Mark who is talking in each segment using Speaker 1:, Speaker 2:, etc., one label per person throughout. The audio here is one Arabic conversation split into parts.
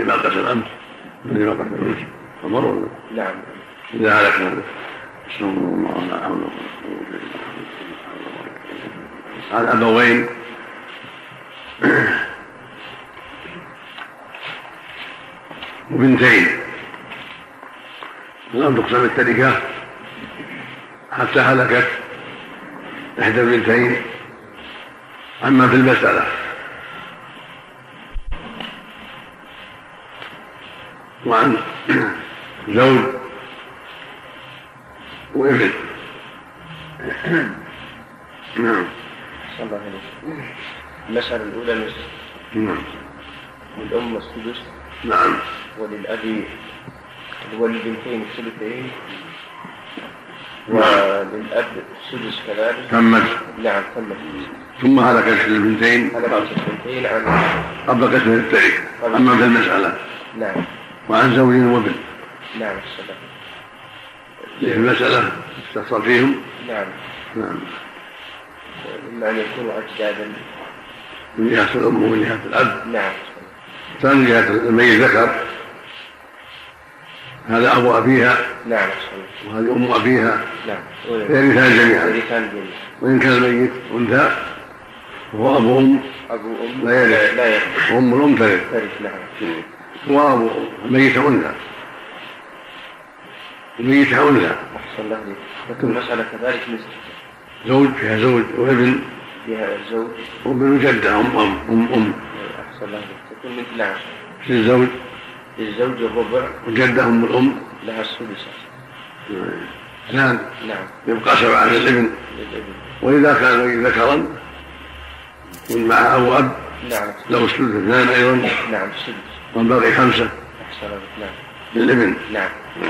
Speaker 1: مثل ما قسم أمس أمر.
Speaker 2: نعم.
Speaker 1: إذا هلك عن أبوين وبنتين لم تقسم التركة حتى هلكت إحدى البنتين عما في المسألة، وعن زوج وابن. نعم.
Speaker 2: صلى الله عليه وسلم. المسألة الأولى النصف.
Speaker 1: نعم.
Speaker 2: والأم السدس.
Speaker 1: نعم.
Speaker 2: وللأبي وللبنتين الثلثين وللأب السدس كذلك.
Speaker 1: تمت.
Speaker 2: نعم تمت.
Speaker 1: ثم هلكت البنتين
Speaker 2: عن
Speaker 1: قبل قسم التركة أما في المسألة.
Speaker 2: نعم.
Speaker 1: وعن زوج وابن.
Speaker 2: نعم السلام.
Speaker 1: في المسألة استفصل فيهم.
Speaker 2: نعم.
Speaker 1: نعم.
Speaker 2: إما أن يكونوا أجدادا
Speaker 1: من جهة الأم ومن جهة الأب.
Speaker 2: نعم.
Speaker 1: ثاني جهة الميت ذكر، هذا أبو أبيها.
Speaker 2: نعم.
Speaker 1: وهذه أم أبيها.
Speaker 2: نعم.
Speaker 1: فيرثان جميعا. وإن كان الميت أنثى وهو أبو أم لا يرث، وأم الأم ترث.
Speaker 2: نعم.
Speaker 1: وأبو الميت أنثى، الميت أنثى.
Speaker 2: أحسن الله لي. لكن المسألة كذلك مثل
Speaker 1: زوج فيها زوج وابن
Speaker 2: فيها زوج
Speaker 1: وابن جدة أم.
Speaker 2: أحسن الله لي. تكون مثل. نعم.
Speaker 1: في الزوج
Speaker 2: الزوج الربع
Speaker 1: وجدة أم الأم
Speaker 2: لها السدس.
Speaker 1: نعم. يبقى 7 على الابن. وإذا كان ذكرا مع أبو أب.
Speaker 2: نعم.
Speaker 1: له السدس 2 أيضا.
Speaker 2: نعم السدس.
Speaker 1: والباقي 5
Speaker 2: نعم
Speaker 1: للابن.
Speaker 2: نعم.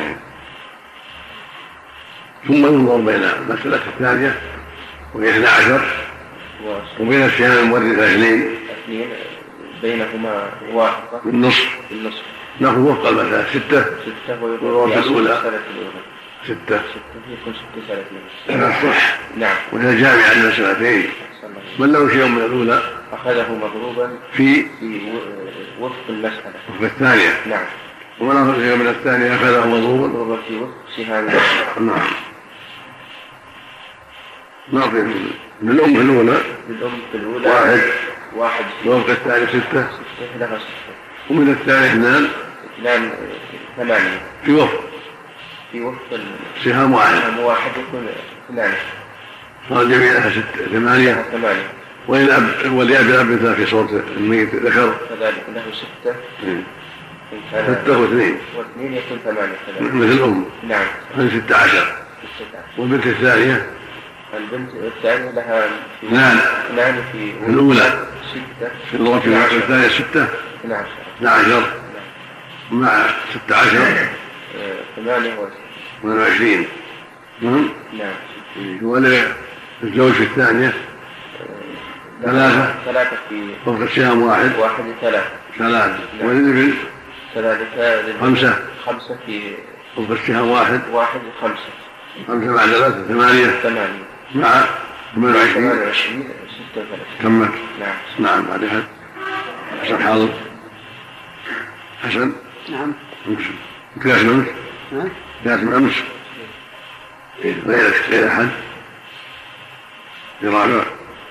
Speaker 1: ثم ينظر بين المسألة الثانية وهي 12 وبين السهام المورثة 2
Speaker 2: بينهما واحدة
Speaker 1: بالنصف. نأخذ وفق المسألة 6 والغرفة الأولى 6
Speaker 2: يكون 6 سنة.
Speaker 1: صح.
Speaker 2: نعم.
Speaker 1: وهي جامعة للمسألتين. من له شيء من الأولى
Speaker 2: أخذه مضروبا
Speaker 1: في
Speaker 2: وفق المسألة
Speaker 1: وفق الثانية.
Speaker 2: نعم.
Speaker 1: ومن أخذ شيء من الثانية أخذه مضروبا
Speaker 2: في وفق سهام.
Speaker 1: نعم. نعطي من الأم في الأولى 1 وفق الثاني 6
Speaker 2: لها 6
Speaker 1: ومن الثاني 2
Speaker 2: 8
Speaker 1: في وفق سهام واحد
Speaker 2: يكون 8
Speaker 1: صار جميعها 8 ولأب الأب في صوت الميت ذكر
Speaker 2: كذلك له 6
Speaker 1: و2
Speaker 2: يكون 8
Speaker 1: مثل الأم.
Speaker 2: نعم.
Speaker 1: 16 والبنت الثانية
Speaker 2: البنت الثانية لها
Speaker 1: 2 في الأولى
Speaker 2: 6
Speaker 1: في الغرفة الثانية 6 12 مع 16 28. نعم. والزوج في الثانية 3
Speaker 2: في
Speaker 1: وفق السهام 1 3 والابن 5
Speaker 2: في
Speaker 1: وفق السهام 1 5 مع 3 8 مع 28
Speaker 2: 36.
Speaker 1: تمت.
Speaker 2: نعم.
Speaker 1: بعد حد حسن حاضر. حسن.
Speaker 3: نعم.
Speaker 1: كلاس من أمس غير أحد رابع.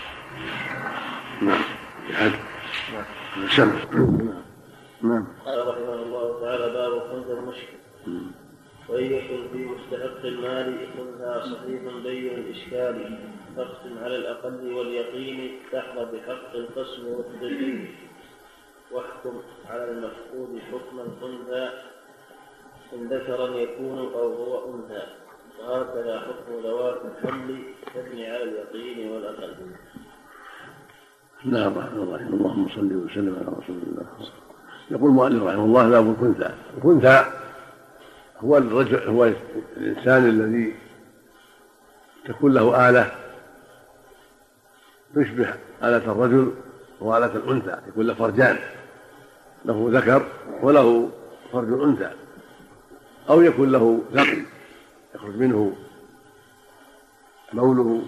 Speaker 1: نعم. أحد سمع. نعم.
Speaker 4: قال رحمه الله تعالى: باب خنثى المشكل. وإن يكن في مستحق المال خنثى صحيح بين الإشكال فاقسم على الأقل واليقين تحظى بحق القسم والتدين واحكم على المفقود حكم الخنثى إن ذكرا يكون أو هو أنثى وهكذا حكم ذوات الحمل تبني على اليقين والأقل.
Speaker 1: بسم الله الرحمن الرحيم. اللهم صل وسلم على رسول الله. يقول المؤلف رحمه الله: باب الخنثى. الخنثى هو الإنسان الذي تكون له آلة تشبه آلة الرجل وآلة الأنثى، يكون له فرجان، له ذكر وله فرج أنثى، أو يكون له ذقن يخرج منه بوله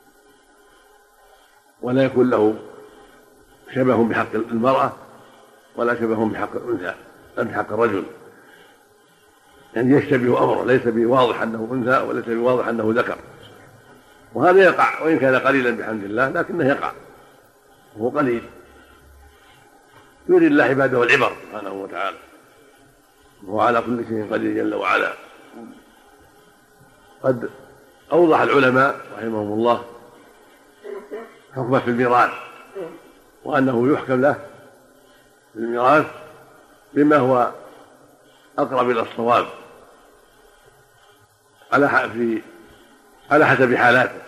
Speaker 1: ولا يكون له شبه بحق المرأة ولا شبه بحق الأنثى بحق الرجل، يعني يشتبه أمره، ليس بواضح أنه أنثى وليس بواضح أنه ذكر. وهذا يقع وإن كان قليلا بحمد الله، لكنه يقع وهو قليل. يريد الله عباده العبر سبحانه وتعالى، وهو على كل شيء قدير جل وعلا. قد أوضح العلماء رحمهم الله حكمه في الميراث، وأنه يحكم له في الميراث بما هو أقرب إلى الصواب على حسب حالاته،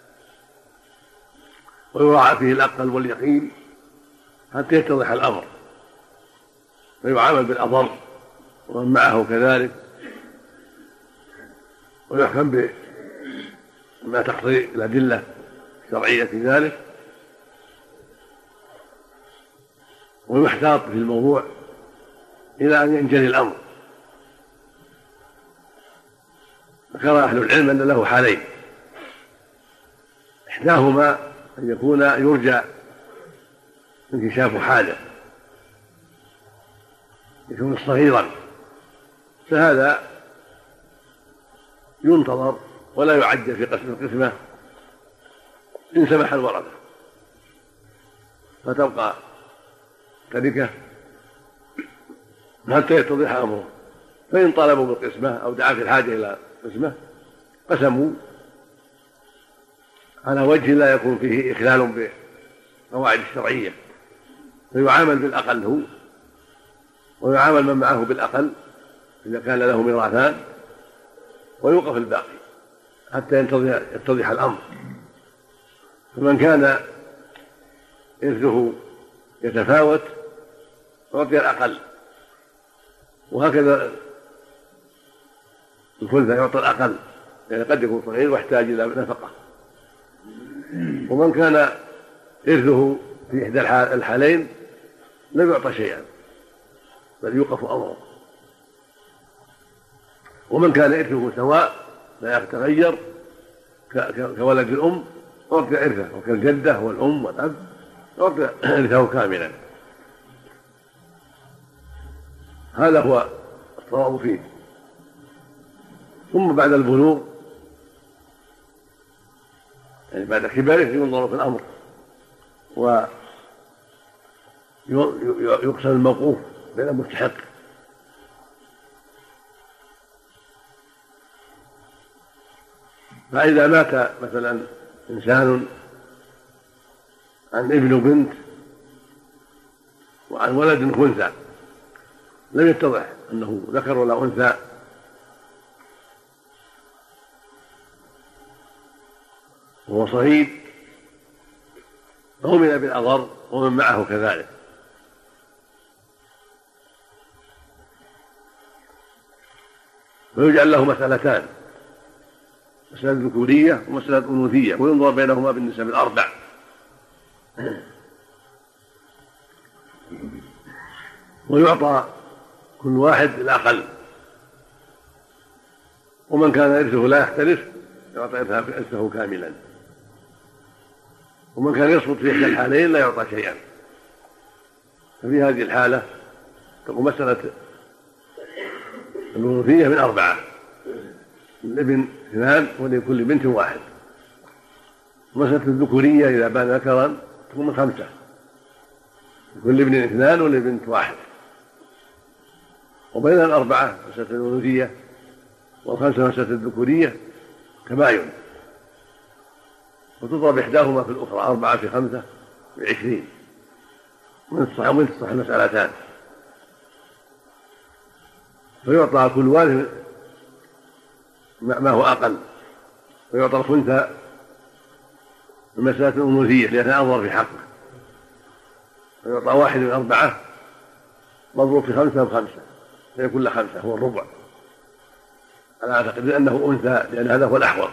Speaker 1: ويراعى فيه الأقل واليقين حتى يتضح الأمر، ويعامل بالأضر ومن معه كذلك، ويحكم بما تقتضي الأدلة الشرعية في ذلك، ويحتاط في الموضوع إلى أن ينجلي الأمر. ذكر أهل العلم أن له حالين: إحداهما أن يكون يرجى انكشاف حاله، يكون صغيرا، فهذا ينتظر ولا يعجل في قسم القسمة إن سمح الورثة، فتبقى تركة حتى يتضح أمره. فإن طلبوا بالقسمة أو دعا في الحاجة إلى قسمة قسموا على وجه لا يكون فيه إخلال بالقواعد الشرعية، فيعامل بالأقل هو، ويعامل من معه بالأقل إذا كان له ميراثان، ويوقف الباقي حتى يتضح الأمر. فمن كان إرثه يتفاوت يعطي الأقل، وهكذا الخلفة يعطى الأقل، يعني قد يكون صغير ويحتاج إلى نفقة. ومن كان إرثه في إحدى الحالين لم يعطى شيئا بل يوقف أمره. ومن كان إرثه سواء لا يتغير كولد الأم يعطي إرثه، وكالجدة والأم والأب يعطي إرثه كاملا. هذا هو الصواب فيه. ثم بعد البلوغ، يعني بعد كبره، ينظر في الأمر ويقسم الموقوف بين المستحق. فإذا مات مثلا إنسان عن ابن وبنت وعن ولد خنثى لم يتضح أنه ذكر ولا أنثى، وهو صهيد، ضمن بالأضر ومن معه كذلك. ويجعل له مسألتان: مسألة ذكورية ومسألة أنوثية، وينظر بينهما بالنسب الأربع. ويعطى كل واحد الأقل. ومن كان إرثه لا يختلف يعطى إرثه كاملا. ومن كان يسقط في إحدى الحالين لا يعطى شيئا. ففي هذه الحالة تقوم مسألة الأنوثية من 4: الابن 2 ولكل بنت 1. ومسألة الذكورية إذا بان ذكرا تكون من 5: لكل ابن 2 ولبنت 1. وبين الأربعة مسألة الأنوثية، والخمسة مسألة الذكورية كباين، وتضرب إحداهما في الأخرى. 4 في 5 ب20. ومن الصح المسألتان. فيعطى كل وارث ما هو أقل، ويعطى الخنثى المسألة الأنوثية لأنها أنظر في حقه، ويعطى 1 من 4 مضروب في 5 ب5 فيكون له 5 هو الربع، على أعتقد أنه أنثى لأن هذا هو الأحوط.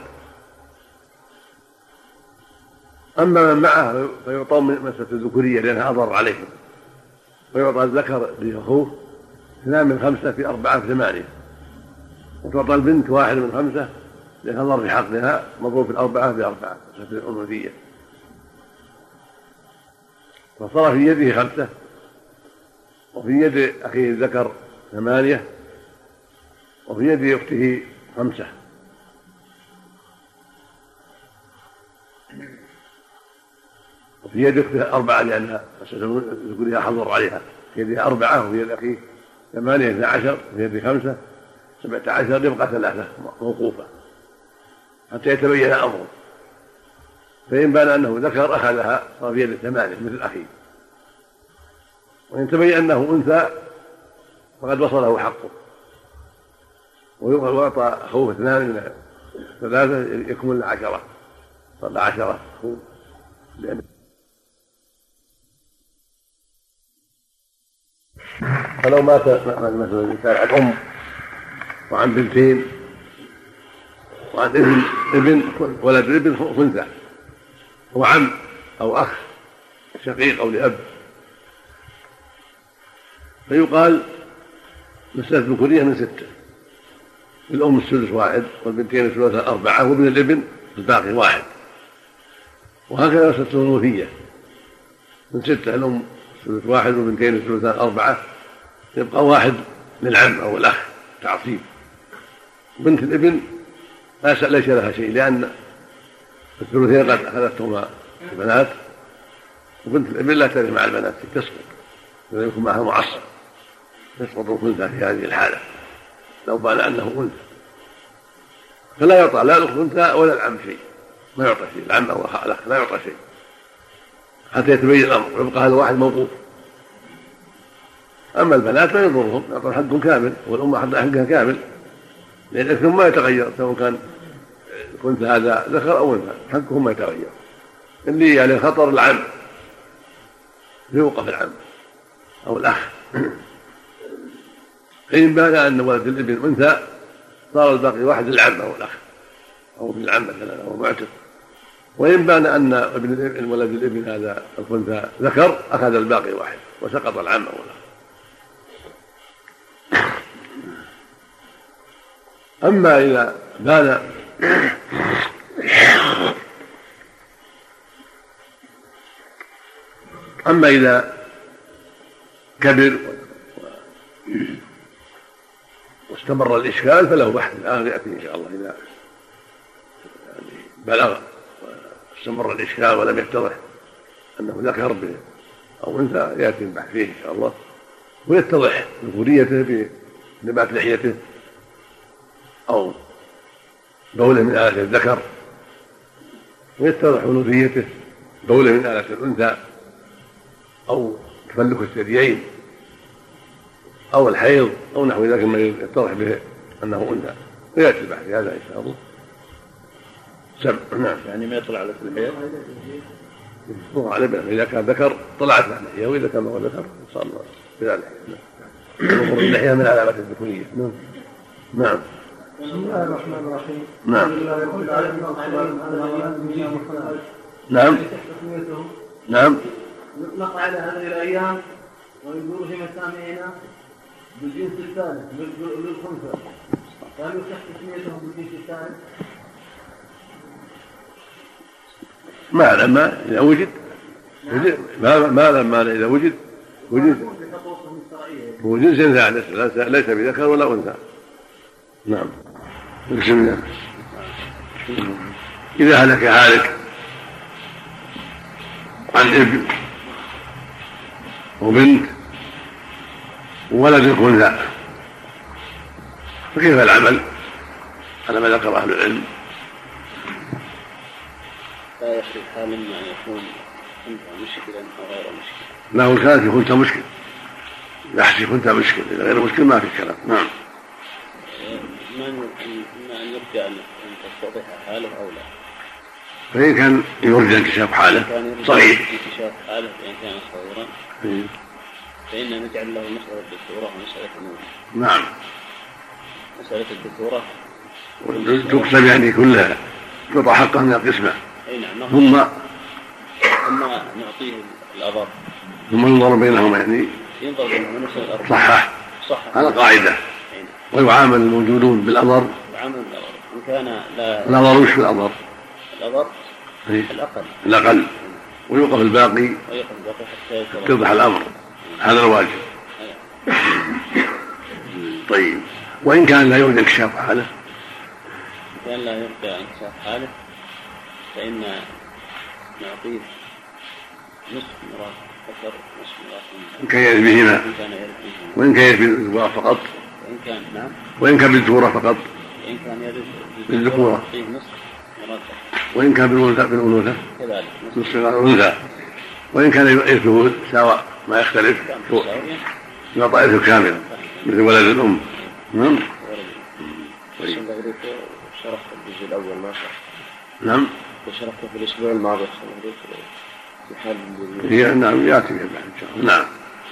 Speaker 1: أما من معه فيعطى مسألة الذكورية لأنها أضر عليهم، ويعطى الذكر لأخوه 2 من 5 في 4 في 8، وتعطى البنت 1 من 5 لأنها أضر في حقها مضروب في 4 ب4 مسألة الأنوثية. فصار في يده 5 وفي يد أخيه الذكر 8، وفي يد أخته 5. وفي يد أخته 4 لأنها ذكورها حضر عليها، في يدها 4 وفي يد أخيه 8 12 وفي يد 5 17، يبقى 3 موقوفة حتى يتبين أمره. فإن بان أنه ذكر أخذها صار في يد 8 مثل أخيه، وإن تبين أنه أنثى فقد وصله حقه، ويعطى أخوه 2 من 3 يكمل 10، صار 10 أخوه. فلو مات مثلا الإنسان عن أم وعن بنتين وعن ابن ولد ابن أنثى وعم أو أخ شقيق أو لأب، فيقال مسألة الذكورية من 6، الأم الثلث 1 والبنتين الثلث 4 وابن الابن الباقي 1، وهكذا مسألة الأنوثية من 6، الأم الثلث 1 والبنتين الثلث 4، يبقى 1 للعم أو الأخ تعصيب. بنت الابن ليس لها شيء لأن الثلثين قد أخذتهما البنات، وبنت الابن لا ترث مع البنات تسقط، إذا يكون معها معصب يسقط الأنثى في هذه الحالة لو بان أنه أنثى، فلا يعطى لا الأنثى ولا العم شيء، ما يعطى شيء، العم أو الأخ لا يعطى شيء حتى يتبين الأمر، ويبقى هذا واحد موقوف. أما البنات لا يضرهم، يعطون حقهم كامل، والأم حقها كامل، لأن الإثم ما يتغير سواء كان كنت هذا ذكر أو أنثى، حقهم ما يتغير. اللي يعني خطر العم يوقف العم أو الأخ. إن بان أن ولد الابن أنثى صار الباقي 1 للعم أو الأخ أو ابن العم مثلا أو معتق. وإن بان أن ابن الابن ولد الابن هذا الأنثى ذكر أخذ الباقي 1 وسقط العم أو الأخ. أما إذا بان أما إذا كبر واستمر الإشكال فله بحث الآن يأتي إن شاء الله. إذا بلغ واستمر الإشكال ولم يتضح أنه ذكر أو أنثى يأتي البحث فيه إن شاء الله، ويتضح ذكوريته بنبات لحيته أو بوله من آلة الذكر، ويتضح أنوثيته بوله من آلة الأنثى أو تفلك الثديين أو الحيض أو نحو ذلك مما يتضح به أنه أنثى، ويأتي البحث في هذا إن شاء الله. نعم.
Speaker 2: يعني ما يطلع على اللحية؟
Speaker 1: يطلع على اللحية إذا كان ذكر طلعت على اللحية، وإذا كان هو ذكر صار بلا لحية. نعم. اللحية من علامات الذكورية. نعم. نعم.
Speaker 3: بسم الله الرحمن الرحيم.
Speaker 1: نعم. نعم. نعم.
Speaker 3: يطلق على هذه الأيام ويقول في مسامعنا بالجنس الثالث للخنثى، هل يصح تسميتهم بالجنس الثالث؟
Speaker 1: ما لما إذا وجد ما لما إذا وجد هو جنس ثالث ليس بذكر ولا أنثى. نعم. بسم الله. إذا هلك هالك عن ابن وبنت وولد أنثى فكيف العمل على ما ذكر أهل العلم؟
Speaker 2: لا يخرج حال ما يكون كنت مشكلا أو غير مشكل.
Speaker 1: لا هو كانت كنت مشكل، يحسي كنت مشكل، إذا غير مشكل ما في كلام. نعم.
Speaker 2: ما أن يرجع أن تستطيع حاله أو لا؟
Speaker 1: فإن كان يرجى انكشاف حاله صحيح.
Speaker 2: انكشاف حاله فإن كان صغيرا فإن نجعل له مسألة الدكتوراه ومسألة النور.
Speaker 1: نعم.
Speaker 2: مسألة الدكتوراه
Speaker 1: تقسم يعني كلها تقطع حقه من القسمة.
Speaker 2: أي نعم.
Speaker 1: ثم
Speaker 2: نعطيه الأضر
Speaker 1: ثم ينظر بينهما يعني
Speaker 2: ينظر بينهما نفس الأضر
Speaker 1: صح على قاعدة. ويعامل الموجودون بالأضر.
Speaker 2: يعامل بالأضر إن كان
Speaker 1: الأضر وش في الأضر؟
Speaker 2: الأضر
Speaker 1: الأقل ويوقف الباقي
Speaker 2: حتى
Speaker 1: يتضح الأمر. هذا الواجب. طيب. وإن كان لا يرجى انكشاف حاله؟
Speaker 2: كان لا يرجى انكشاف حاله فإن نعطيه نصف ميراث ذكر نصف ميراث أنثى
Speaker 1: إن كان يرث بهما، وإن كان يرث بالذكورة فقط،
Speaker 2: وإن كان نعم،
Speaker 1: وإن كان بالذكورة فقط،
Speaker 2: وإن كان يرث
Speaker 1: بالذكورة
Speaker 2: فيه نصف ميراث،
Speaker 1: وإن كان بالأنوثة
Speaker 2: كذلك
Speaker 1: نصف الأنثى، وإن كان يرثه سواء ما يختلف يعطى إرثه كاملا مثل ولد الأم. نعم.
Speaker 4: شرحت الجزء الأول ما شرحت.
Speaker 1: نعم.
Speaker 4: وشرحته في الأسبوع الماضي في حال
Speaker 1: هي نعم يأتي بها بعد إن شاء الله. نعم.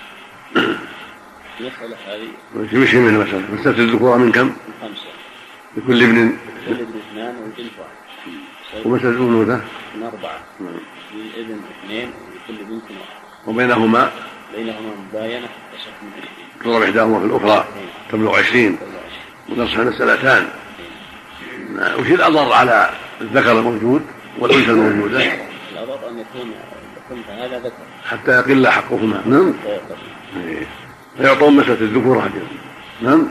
Speaker 2: المسألة هذه
Speaker 1: وش من المسألة؟ مسألة الذكورة من كم؟
Speaker 2: من 5.
Speaker 1: لكل ابن
Speaker 2: 2 والبنت 1.
Speaker 1: ومسألة الأنوثة
Speaker 2: من 4. للابن 2 ولكل بنت 1.
Speaker 1: وبينهما
Speaker 2: مباينة
Speaker 1: تضرب إحداهما في الأخرى تبلغ 20 ونصف مسألتان. وش الأضر على الذكر الموجود والأنثى الموجودة؟
Speaker 2: الأضر أن يكون هذا ذكر
Speaker 1: حتى يقل حقهما. نعم. فيعطون مسألة الذكورة هذه. نعم.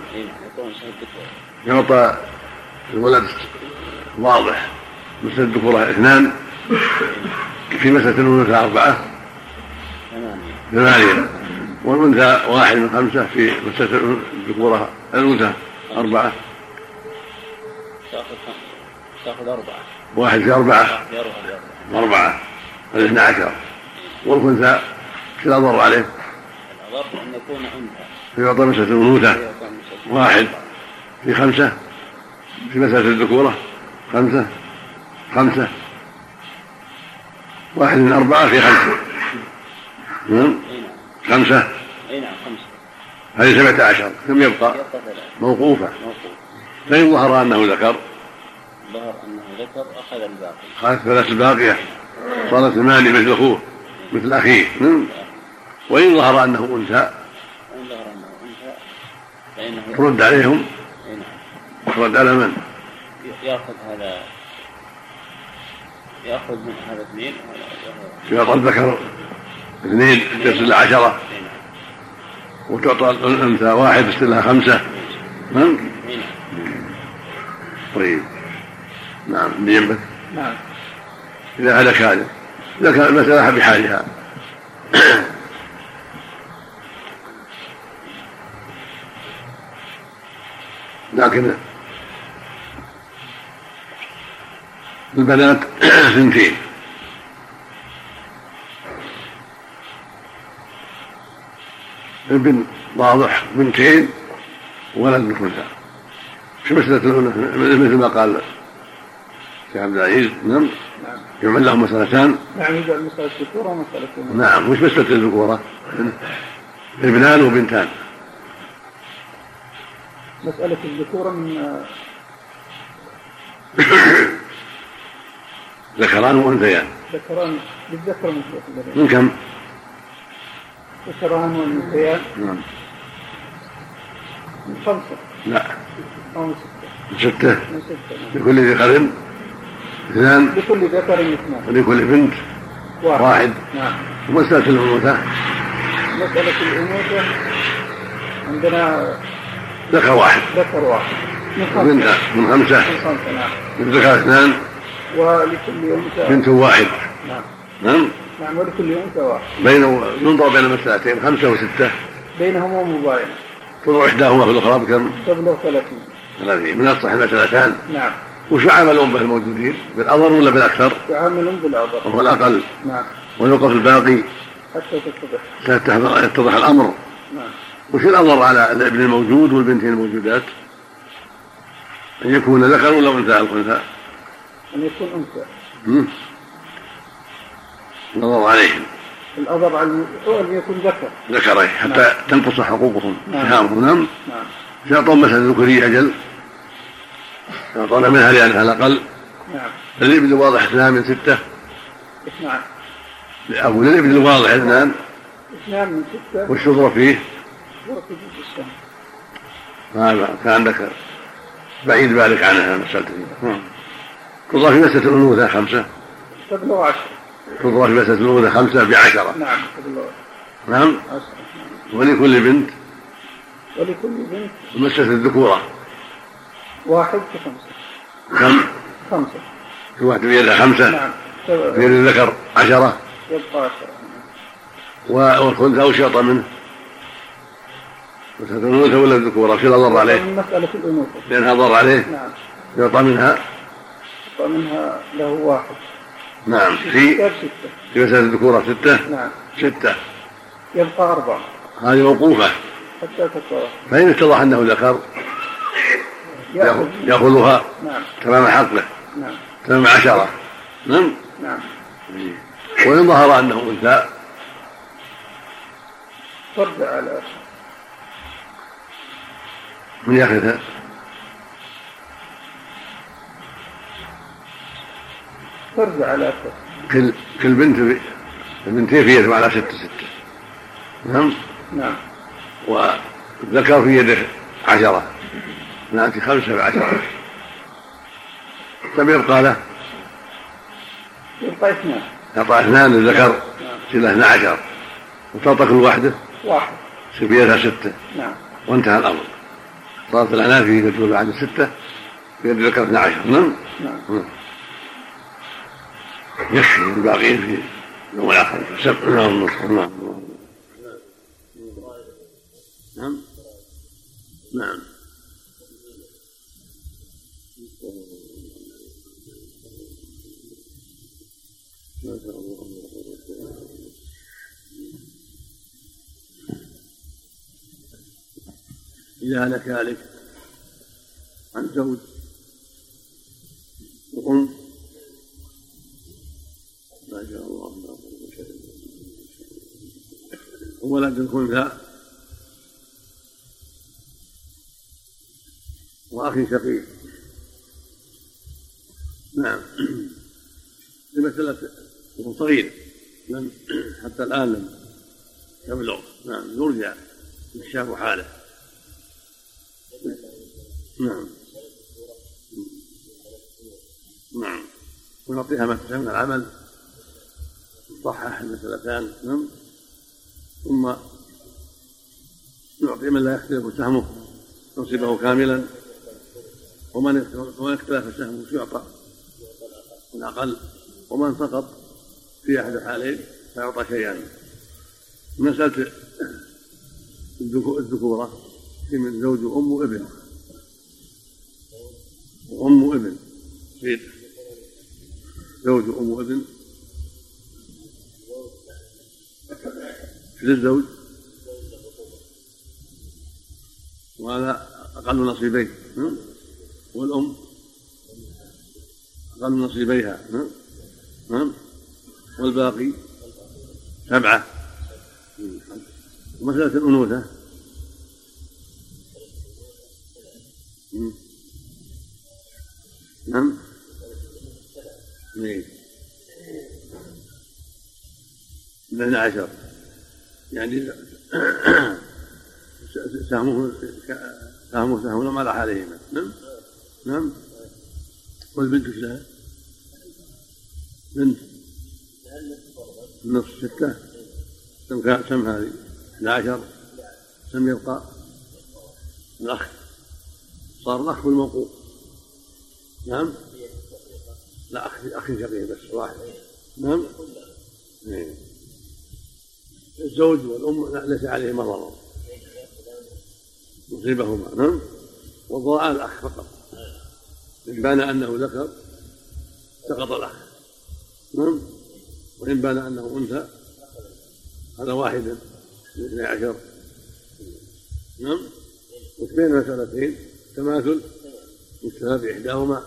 Speaker 1: يعطى الولد واضح مسألة الذكورة 2، في مسألة الأنثى 4 8، والأنثى 1 من 5 في مسألة الذكورة الأنثى 4.
Speaker 2: تأخذ 4.
Speaker 1: 1 في 4 12. والأنثى شو الأضر عليه؟
Speaker 2: الأضر أن يكون أنثى
Speaker 1: فيعطى مسألة الأنوثة 1 في 5 في مسألة الذكورة 5 1 من 4 في 5. نعم. 5. هذه 17. كم يبقى؟ موقوفة. فإن ظهر أنه ذكر
Speaker 2: أخذ الباقي.
Speaker 1: أخذ 3 الباقية صارت 8 مثل أخوه مثل أخيه. وإن ظهر أنه أنثى ترد عليهم. ترد على من؟
Speaker 2: يأخذ من هذا 2
Speaker 1: يعطى الذكر 2 تصل 10 وتعطى الأنثى 1 تصل لها 5. نعم. طيب. نعم. بجنبك.
Speaker 3: نعم.
Speaker 1: إذا هلك هذا إذا كان المسألة بحالها. لكن البنات 2 ابن واضح 2 ولد أنثى. شو مسألة مثل ما قال الشيخ عبد العزيز. نعم. يعمل لهم مسألتان.
Speaker 3: نعم. يجعل مسألة الذكورة ومسألة الأنوثة.
Speaker 1: نعم. وش مسألة الذكورة؟ ابنان وبنتان.
Speaker 3: مسألة الذكورة من
Speaker 1: ذكران وأنثيان.
Speaker 3: ذكران للذكر
Speaker 1: من كم؟
Speaker 3: ذكران وأنثيان.
Speaker 1: نعم.
Speaker 3: من 5.
Speaker 1: لا.
Speaker 3: أو من
Speaker 1: 6.
Speaker 3: 6.
Speaker 1: لكل ذكر 2.
Speaker 3: لكل ذكر 2.
Speaker 1: ولكل بنت 1.
Speaker 3: نعم.
Speaker 1: ومسألة الأنوثة.
Speaker 3: مسألة الأنوثة عندنا
Speaker 1: ذكر 1.
Speaker 3: من
Speaker 1: 5.
Speaker 3: نعم.
Speaker 1: للذكر 2.
Speaker 3: ولكل أنثى
Speaker 1: بنت 1. نعم.
Speaker 3: نعم. ولكل أنثى 1.
Speaker 1: ينظر بين مسألتين 5 و6
Speaker 3: بينهما مباينة
Speaker 1: تضرب إحداهما في الأخرى بكم؟
Speaker 3: تبلغ 30.
Speaker 1: من الصح المسألتان.
Speaker 3: نعم.
Speaker 1: وش عملهم به الموجودين؟ بالأضر ولا بالأكثر؟
Speaker 3: يعاملون بالأضر
Speaker 1: وهو الأقل.
Speaker 3: نعم.
Speaker 1: ويوقف الباقي
Speaker 3: حتى
Speaker 1: يتضح الأمر.
Speaker 3: نعم.
Speaker 1: وش الأضر على الابن الموجود والبنتين الموجودات؟ أن يكون ذكر ولا أنثى؟ الأنثى
Speaker 3: أن يكون أنثى.
Speaker 1: الأضر عليهم.
Speaker 3: الأضر على أن يكون
Speaker 1: ذكرين حتى
Speaker 3: نعم.
Speaker 1: تنقص حقوقهم.
Speaker 3: نعم.
Speaker 1: نعم. يعطون مثلا ذكرية أجل يعطون منها لأنها الأقل.
Speaker 3: نعم.
Speaker 1: الابن الواضح 2 من 6.
Speaker 3: 2.
Speaker 1: أقول الابن الواضح 2
Speaker 3: من 6.
Speaker 1: وش تضرب فيه؟
Speaker 3: ضرب في جزء السهم.
Speaker 1: هذا كان عندك بعيد بالك عنها مسألة. تضرب في مسألة الأنوثة 5.
Speaker 3: تبلغ 10.
Speaker 1: تضرب في مسألة الأنوثة 5 ب10.
Speaker 3: نعم. تبلغ.
Speaker 1: نعم. ولكل بنت
Speaker 5: ولكل بنت
Speaker 1: مسألة الذكورة
Speaker 5: 1 في 5.
Speaker 1: كم؟
Speaker 5: 5.
Speaker 1: في واحد بيده 5.
Speaker 5: نعم.
Speaker 1: بيد الذكر 10.
Speaker 5: يبقى 10.
Speaker 1: والخنثى وش منه؟ مسألة الأنوثة ولا الذكورة؟ شو ضر عليه؟
Speaker 5: مسألة الأنوثة
Speaker 1: لأنها ضر عليه؟
Speaker 5: نعم.
Speaker 1: يعطى منها
Speaker 5: له 1.
Speaker 1: نعم. في
Speaker 5: 6.
Speaker 1: في مسألة الذكورة 6.
Speaker 5: نعم.
Speaker 1: 6.
Speaker 5: يبقى 4
Speaker 1: هذه موقوفة
Speaker 5: حتى تتوافق.
Speaker 1: فإن اتضح أنه ذكر يأخذها
Speaker 5: نعم.
Speaker 1: تمام حقه.
Speaker 5: نعم.
Speaker 1: تمام 10. نعم.
Speaker 5: نعم.
Speaker 1: وإن ظهر أنه أنثى
Speaker 5: ترجع على
Speaker 1: من يأخذها؟
Speaker 5: ترجع على
Speaker 1: كل بنت البنتين في يده على 6. نعم.
Speaker 5: نعم.
Speaker 1: والذكر في يده 10. نأتي 5 ب10. كم يبقى له؟
Speaker 5: يبقى 2.
Speaker 1: يعطى 2 للذكر يصير 12 وتعطى كل واحدة
Speaker 5: 1.
Speaker 1: يصير في يدها 6.
Speaker 5: نعم.
Speaker 1: وانتهى الأمر. صارت الأناث في يد الواحد 6 في يد الذكر 12. نعم.
Speaker 5: نعم.
Speaker 1: يكفي الباقيين في يوم الآخر 7. نعم. نعم. نعم. إذا هلك هالك عن زوج وأم ما شاء الله وولد الخنثى وأخي شقيق. نعم. لمسألة صغير حتى الآن لم يبلغ. نعم. يرجع اكتشاف حاله. نعم. نعم. ونعطيها ما تسمى من العمل نصحح المسألتان. نعم. ثم نعطي من لا يختلف سهمه نصيبه كاملا، ومن اختلف سهمه يعطى من أقل، ومن سقط في أحد الحالين فيعطى شيئا. مسألة الذكورة في من زوج وأم وابن وأم وابن في زوج وأم وابن للزوج، وهذا أقل نصيبين. والأم أقل نصيبيها. والباقي 7. مسألة الأنوثة نعم 12 يعني سهمه سهمهم على حالهما. نعم. نعم. والبنت ايش لها؟ بنت نصف 6. كم هذه؟ 11. كم يبقى؟ الأخ. صار الأخ بالموقوف. نعم. لا أخ شقيق بس واحد. نعم. الزوج والأم ليس عليهما ضرر نصيبهما. نعم. والضرر على الأخ فقط. إن بان أنه ذكر سقط الأخ. نعم. وإن بان أنه أنثى هذا واحدا من 12. نعم. وبين مسألتين تماثل مشتهى بإحداهما.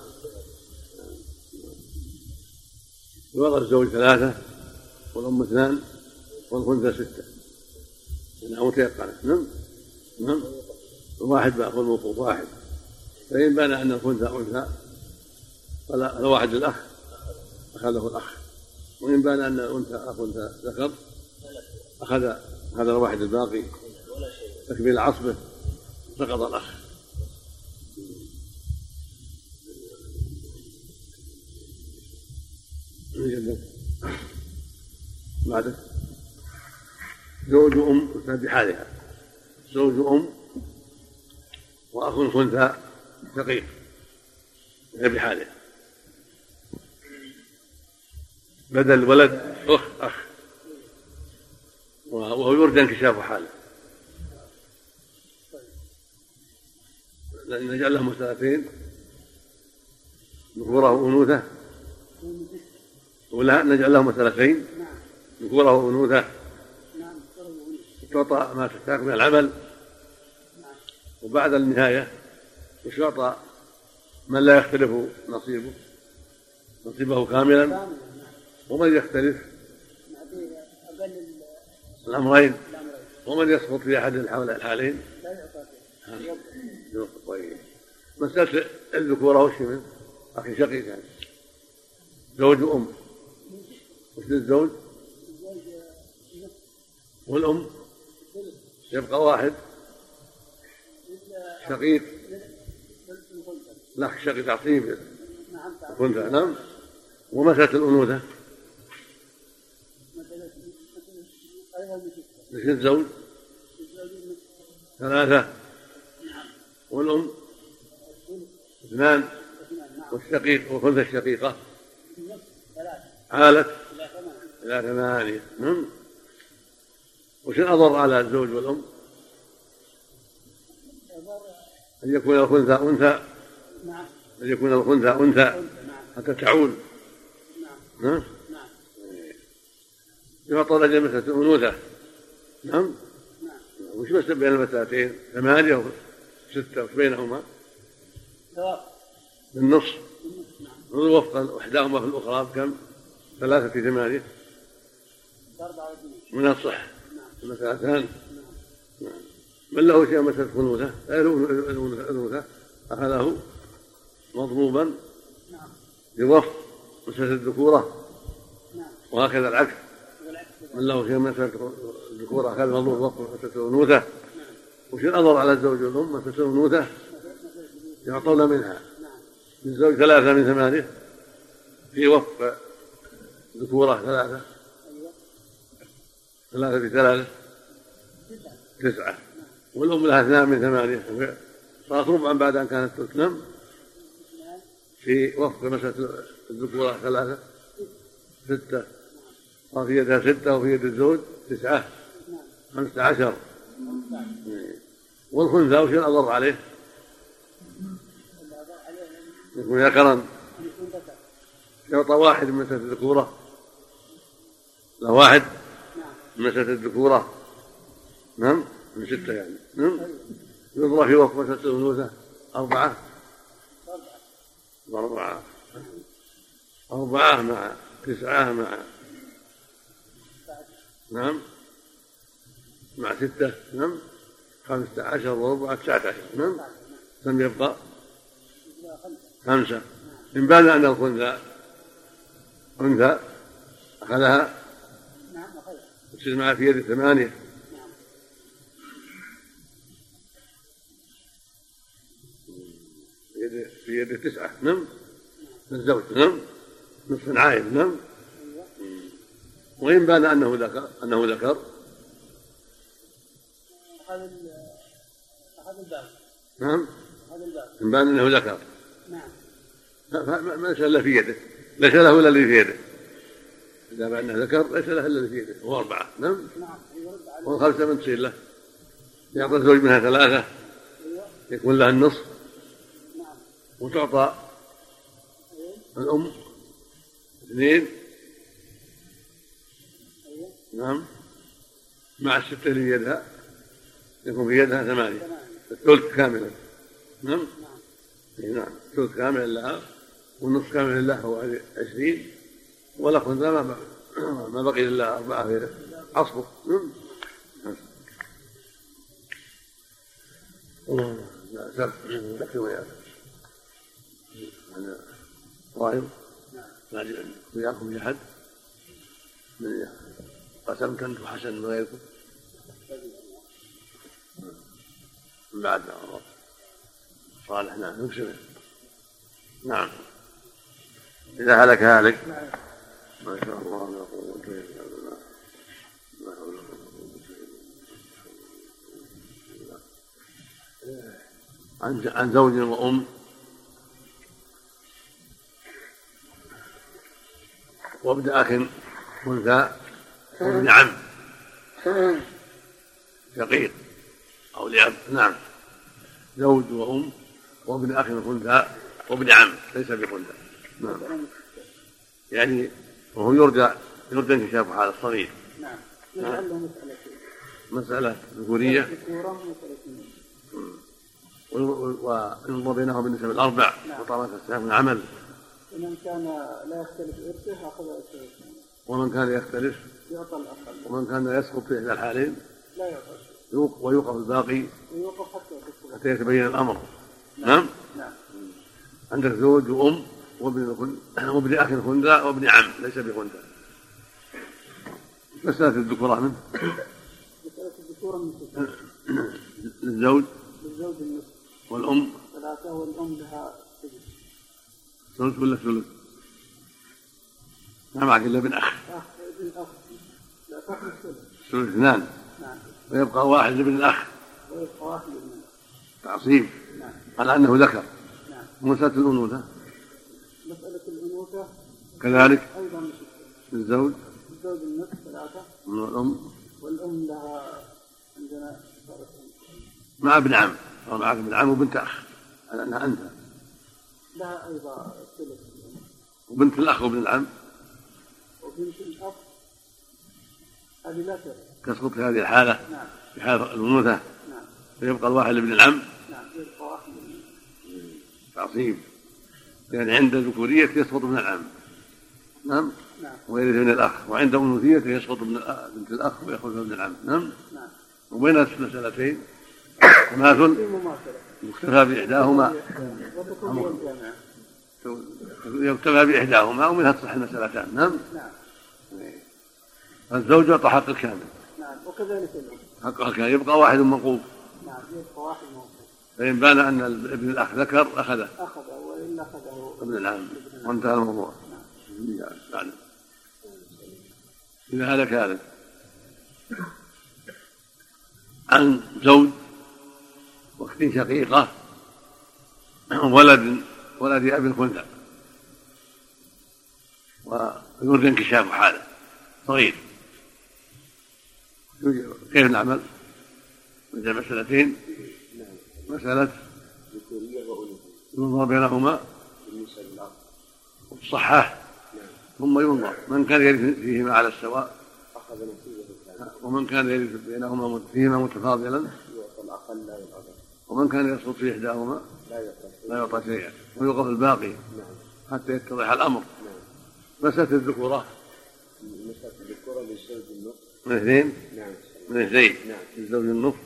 Speaker 1: وضع الزوج 3 والأم 2 والخنثى 6 لأنها متيقنة. نعم. نعم. الواحد بأخذ الموقوف 1. فإن بان أن الخنثى أنثى فلا واحد للأخ أخذه الأخ، وإن بان أن الأنثى ذكر أخذ هذا الواحد الباقي تكميل عصبه سقط الأخ. بعده زوج أم بحالها. زوج أم وأخ خنثى شقيق غير بحاله، بدل ولد أخ وهو يرجى انكشاف حاله. نجعل لهم مسألتين ذكوره وأنوثة، ولا نجعل لهم مسألتين ذكوره وأنوثة تعطى ما تستحق من العمل، وبعد النهاية يعطى من لا يختلف نصيبه كاملا، ومن يختلف الأمرين، ومن يسقط في أحد الحالين. مسألة الذكورة وش من أخي شقيق يعني زوج وأم، وش الزوج والأم يبقى واحد شقيق، الأخ شقيق عصيب كنت نعم. ومسألة الأنوثة وش الزوج 3 والأم 2 والشقيق وخنثى الشقيقة عالت إلى 8. وش الأضر على الزوج والأم؟ أن يكون الخنثى أنثى، أن يكون الخنثى أنثى حتى تعول. يعطى رجل مسألة الأنوثة. نعم. وش بس بين المسألتين 8 و6 وش بينهما؟ بالنص، وفق إحداهما في الأخرى بكم؟ 3 في 8 من الصح المسألتان. من له شيء مسألة الأنوثة الأنوثة أخذه مضروبا بوفق مسألة الذكورة، وهكذا العكس، من له شيء مسألة الذكورة أخذ مضروب بوفق مسألة الأنوثة. وش الأضر على الزوج والأم؟ مسألة الأنوثة يعطون منها للزوج 3 من 8 في وفق ذكورة 3 في 3 9، والأم لها 2 من 8 صارت ربعا بعد أن كانت تسلم في وفق مسألة الذكورة 3 6، وفي يدها 6 وفي يد الزوج 9 15. والخنثى وش الأضر عليه؟ يكون ذكرا، يعطى واحد من مسألة الذكورة، لا واحد من مسألة الذكورة نعم من 6 يعني نعم. يضرب في وقت مسألة الأنوثة 4 مع 9 مع 6 نعم 15 وربع 19 نعم. ثم يبقى 5. إن بان أن الخنثى أنثى أخذها تصير معها في يد 8 في يد 9 نعم الزوج نعم نصف عائل نعم. وإن بان أنه ذكر نعم إن بان أنه ذكر ما ليس إلا في يده، ليس له إلا اللي في يده. إذا بان أنه ذكر ليس له إلا اللي في يده، وهو 4 نعم. والخمسة من تصير له، يعطى الزوج منها 3 يكون لها النصف، وتعطى الأم 2 نعم مع 6 اللي في يدها يكون في يدها 8 الثلث كاملا نعم. نعم الثلث كامل لها والنصف كامل له هو 20، والأخ ما بقي إلا 4 في عصبه نعم. الله لا سبب لكن وياك أنا رايم وياكم في أحد من قسمت أنت وحسن من غيركم من بعد صالح نعم نكسبه نعم. إذا هلك هالك ما شاء الله لا قوة إلا بالله لا حول ولا قوة إلا بالله. عن زوج وأم وابن أخ أنثى وابن عم شقيق أو لأب. نعم، زوج وأم وابن أخ أنثى وابن عم ليس بخنثى. نعم، يعني وهو يرجى انكشاف حال الصغير.
Speaker 5: نعم.
Speaker 1: مسألة ذكورية وينظر بينهم بالنسبة الأربع وطبعا تستحق من عمل.
Speaker 5: ومن كان لا يختلف إرثه أخذ إرثه،
Speaker 1: ومن كان يختلف
Speaker 5: يعطى الأقل،
Speaker 1: ومن كان يسقط في إحدى الحالين
Speaker 5: لا يعطى
Speaker 1: ويوقف الباقي
Speaker 5: ويوقف
Speaker 1: حتى يتبين الأمر. نعم. عندك زوج وأم وابن أخ خنثى وابن عم ليس بخنثى. مسألة الذكورة منه.
Speaker 5: مسألة الذكورة من
Speaker 1: للزوج
Speaker 5: النصف
Speaker 1: والأم
Speaker 5: 3 والأم لها
Speaker 1: ثلث ولا ثلث؟ ما معك إلا ابن أخ.
Speaker 5: ابن أخ لا تأخذ
Speaker 1: ثلث 2.
Speaker 5: نعم.
Speaker 1: ويبقى واحد لابن الأخ.
Speaker 5: ويبقى واحد لابن الأخ.
Speaker 1: تعصيب.
Speaker 5: نعم. على
Speaker 1: أنه ذكر.
Speaker 5: نعم.
Speaker 1: مسألة الأنوثة.
Speaker 5: مسألة الأنوثة
Speaker 1: كذلك.
Speaker 5: أيضا
Speaker 1: الزوج
Speaker 5: النصف 3 والأم لها عندنا
Speaker 1: مع ابن عم أو معك ابن عم وبنت أخ على أنها أنت
Speaker 5: لها أيضا ثلث.
Speaker 1: وبنت الأخ وابن العم
Speaker 5: وبنت الأخ هذه لا
Speaker 1: تسقط في هذه الحالة.
Speaker 5: نعم.
Speaker 1: في حالة الأنوثة.
Speaker 5: نعم.
Speaker 1: فيبقى الواحد لابن العم.
Speaker 5: نعم. يبقى واحد
Speaker 1: تعصيب، يعني عند ذكورية يسقط ابن العم. نعم. ويرث ابن الأخ، وعند أنوثية يسقط بنت الأخ ويأخذ ابن العم. نعم. وبين المسألتين تماثل يكتفى بإحداهما يكتفى بإحداهما ومنها تصح المسألتان. نعم. الزوج يعطى حق الكامل.
Speaker 5: نعم. وكذلك الأم
Speaker 1: حقها كان يبقى واحد منقوب.
Speaker 5: نعم. يبقى واحد منقوب.
Speaker 1: فإن بان أن ابن الأخ ذكر أخذه
Speaker 5: وإلا أخذه
Speaker 1: ابن العم وانتهى الموضوع. نعم. إذا هلك هذا عن زوج واخت شقيقة ولد أب خنثى ويرجى انكشاف حاله صغير، كيف نعمل؟ من مسألتين. مسألة ينظر بينهما وصحح، ثم ينظر من كان يرث فيهما على السواء ومن كان يرث بينهما فيهما متفاضلا ومن كان يسقط في إحداهما لا يعطى شيئا ويوقف الباقي حتى يتضح الأمر. مسألة الذكورة من اثنين من اثنين الزوج النصف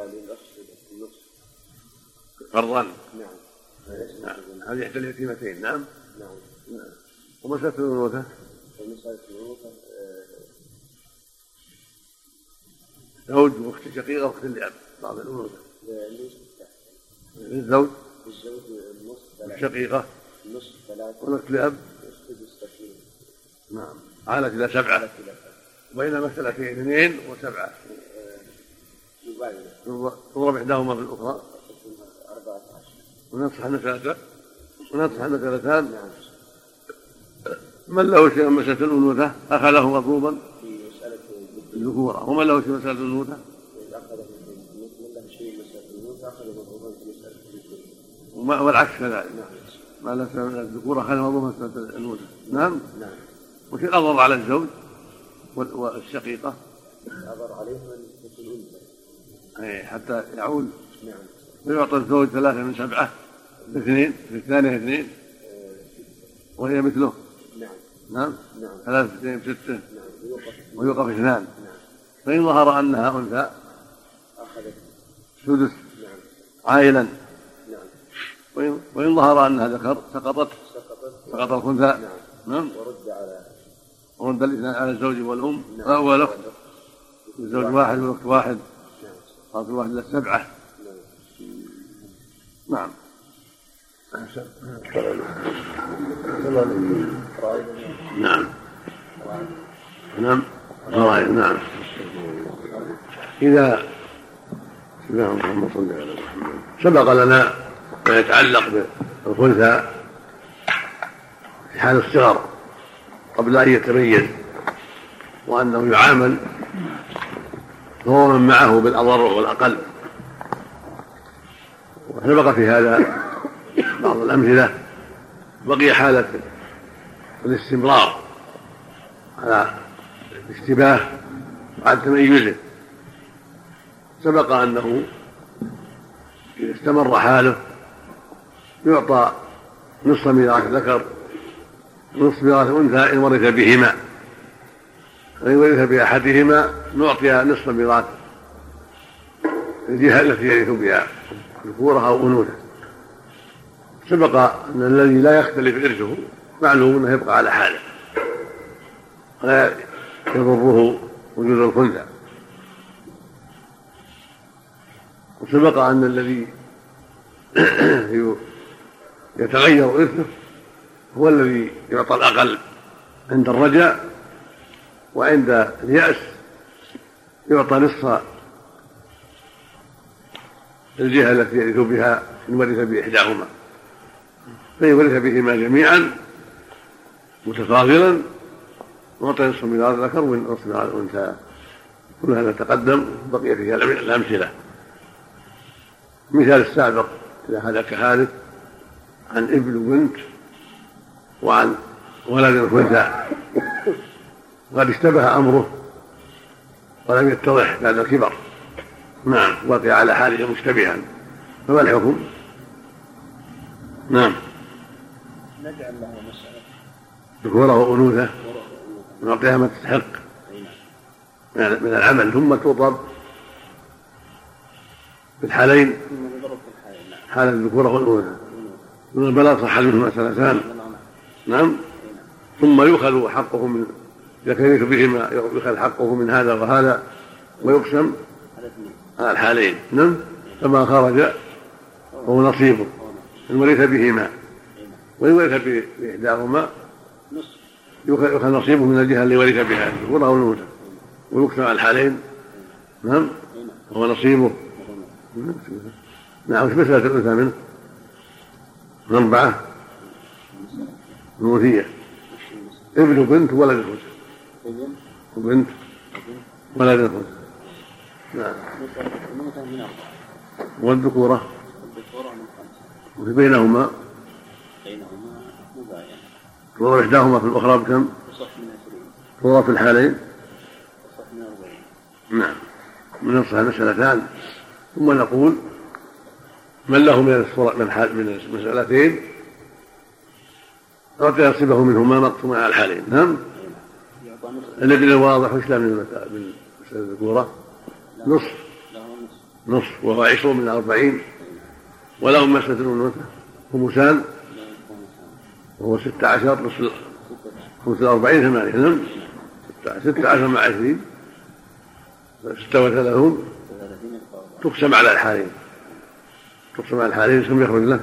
Speaker 1: فرضا. هذه إحدى اليتيمتين. نعم. ومسألة الأنوثة زوج واخت شقيقة واخت لأب بعض الأنوثة الزوج الشقيقة واخت لأب. نعم. عالت إلى 7 بين مسألتين 2 و7 تضرب إحداهما في الأخرى ونصح المسألتان. من له شيء من مسألة الأنوثة أخذه مطلوبا الذكورة، ومن له شيء من مسألة الأنوثة والعكس كذلك. ما له شيء من الذكورة أخذه مطلوبا مسألة الأنوثة. نعم. وش الأضر على الزوج والشقيقة؟
Speaker 4: الأضر عليهما
Speaker 1: الأنثى حتى يعول. ويعطى الزوج 3 من 7 2 في الثانية 2 وهي مثله. نعم. 3 2 6 ويوقف 2. فإن ظهر أنها أنثى سدس عائلا، وإن ظهر أنها ذكر سقط الخنثى. نعم. ورد الاثنان على الزوج والأم والأخت. الزوج واحد والأخت واحد صارت الواحد إلى 7. نعم. نعم. نعم. إذا اللهم صل على محمد. سبق لنا ما يتعلق بالخنثى في حال الصغر قبل أن يتميز، وأنه يعامل هو من معه بالأضر والأقل. وسبق في هذا بعض الأمثلة. بقي حالة الاستمرار على الاشتباه وعلى تميزه. سبق أنه إذا استمر حاله يعطى نصف ميراث ذكر ونصف ميراث أنثى إن ورث بهما، وإن ورث بأحدهما نعطي نصف ميراث الجهة التي يرث بها ذكورها أو أنوثة. سبق أن الذي لا يختلف إرثه معلوم أنه يبقى على حاله ولا يضره وجود الخنثى. وسبق أن الذي يتغير إرثه هو الذي يعطى الأقل عند الرجاء، وعند اليأس يعطى نصف الجهة التي يرث بها إن ورث بإحداهما، فإن ورث بهما جميعا متفاضلا نعطي نصف ميراث الذكر ونصف ميراث الأنثى. كل هذا تقدم بقي فيها الأمثلة. مثال السابق إذا هلك هالك عن ابن وبنت وعن ولد خنثى وقد اشتبه أمره ولم يتضح بعد الكبر، نعم، وقع على حاله مشتبها، فما الحكم؟ نعم،
Speaker 2: نجعل له مسألة
Speaker 1: ذكورة وأنوثة نعطيها ما تستحق من العمل، ثم تطلب في الحالين حال الذكورة والأنوثة. من البلاغ صح منهما سنتان، نعم، ثم يؤخذ حقه من إذا كان يرث بهما يؤخذ حقه من هذا وهذا ويقسم على الحالين، نعم، فما خرج فهو نصيبه إن ورث بهما، وإن ورث بإحداهما يؤخذ نصيبه من الجهة اللي ورث بها الذكورة والأنوثة ويقسم على الحالين، نعم، وهو نصيبه. نعم، وش مسألة الأنثى منه؟ من 4 نوثية، ابن وبنت ولد الخنثى، وبنت ولد الخنثى، نعم، والذكورة وفي بينهما وهو إحداهما في الأخرى بكم؟ صورة في الحالين، نعم، من نصها مسألتان. ثم نقول من له من المسألتين أعطي نصيبه منهما مقسوما على الحالين، نعم. الذي الواضح وش له من الذكورة؟ نصف وهو 20 من 40، ولهم مسألة الأنوثة خمسان وهو 16 نصف 45 8، نعم، 16 مع 20 36 تقسم على الحالين، تقسم على الحالين ثم يخرج له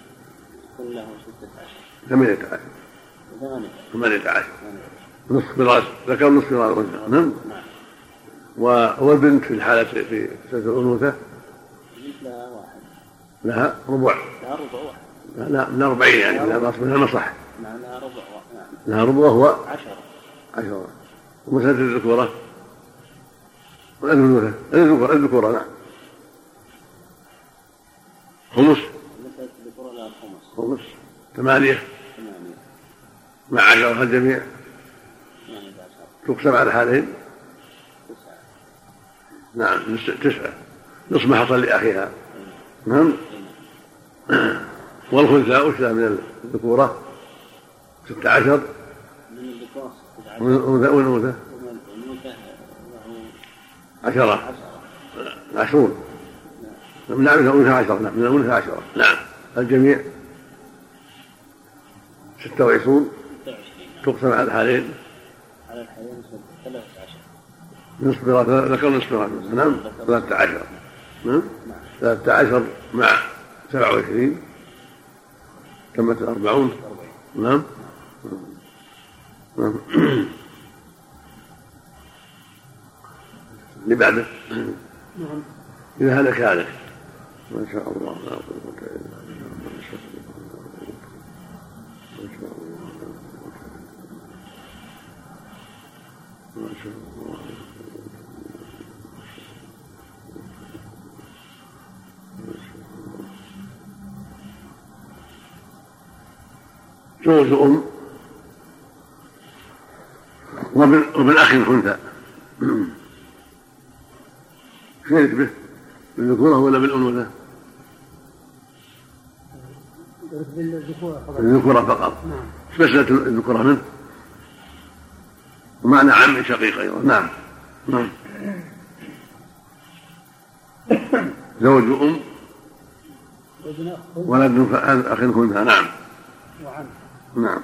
Speaker 1: 18 نصف ميراث ذكر نصف ميراث الأنثى، نعم. والبنت في الحالة في مسألة الأنوثة لها ربع، لا من 40 يعني من المصح، لها ربع وهو 10. ومسألة الذكورة الذكورة نعم خمس 8 مع 10 الجميع تقسم على الحالين، نعم 9 نصف ما حصل لأخيها، نعم. والخنثى أشبه من الذكورة 16 والأنوثة 10 من الأنوثة 10، نعم، من الأنوثة 10، نعم، الجميع 26 تقسم على الحالين نصف ميراث ذكر نصف ميراث، نعم، 13، نعم، 13 مع 27 تمت 40، نعم. اللي بعده إذا هلك هلك. ما شاء الله لا قوة إلا بالله. ما شاء الله ما شاء الله. جوز وابن أخ أنثى شرك به بالذكورة ولا بالأنوثة؟ بالذكورة فقط. ايش مسألة الذكورة منه؟ ومعنى عم شقيق أيضا. نعم نعم. زوج ولد أخ أنثى. نعم نعم.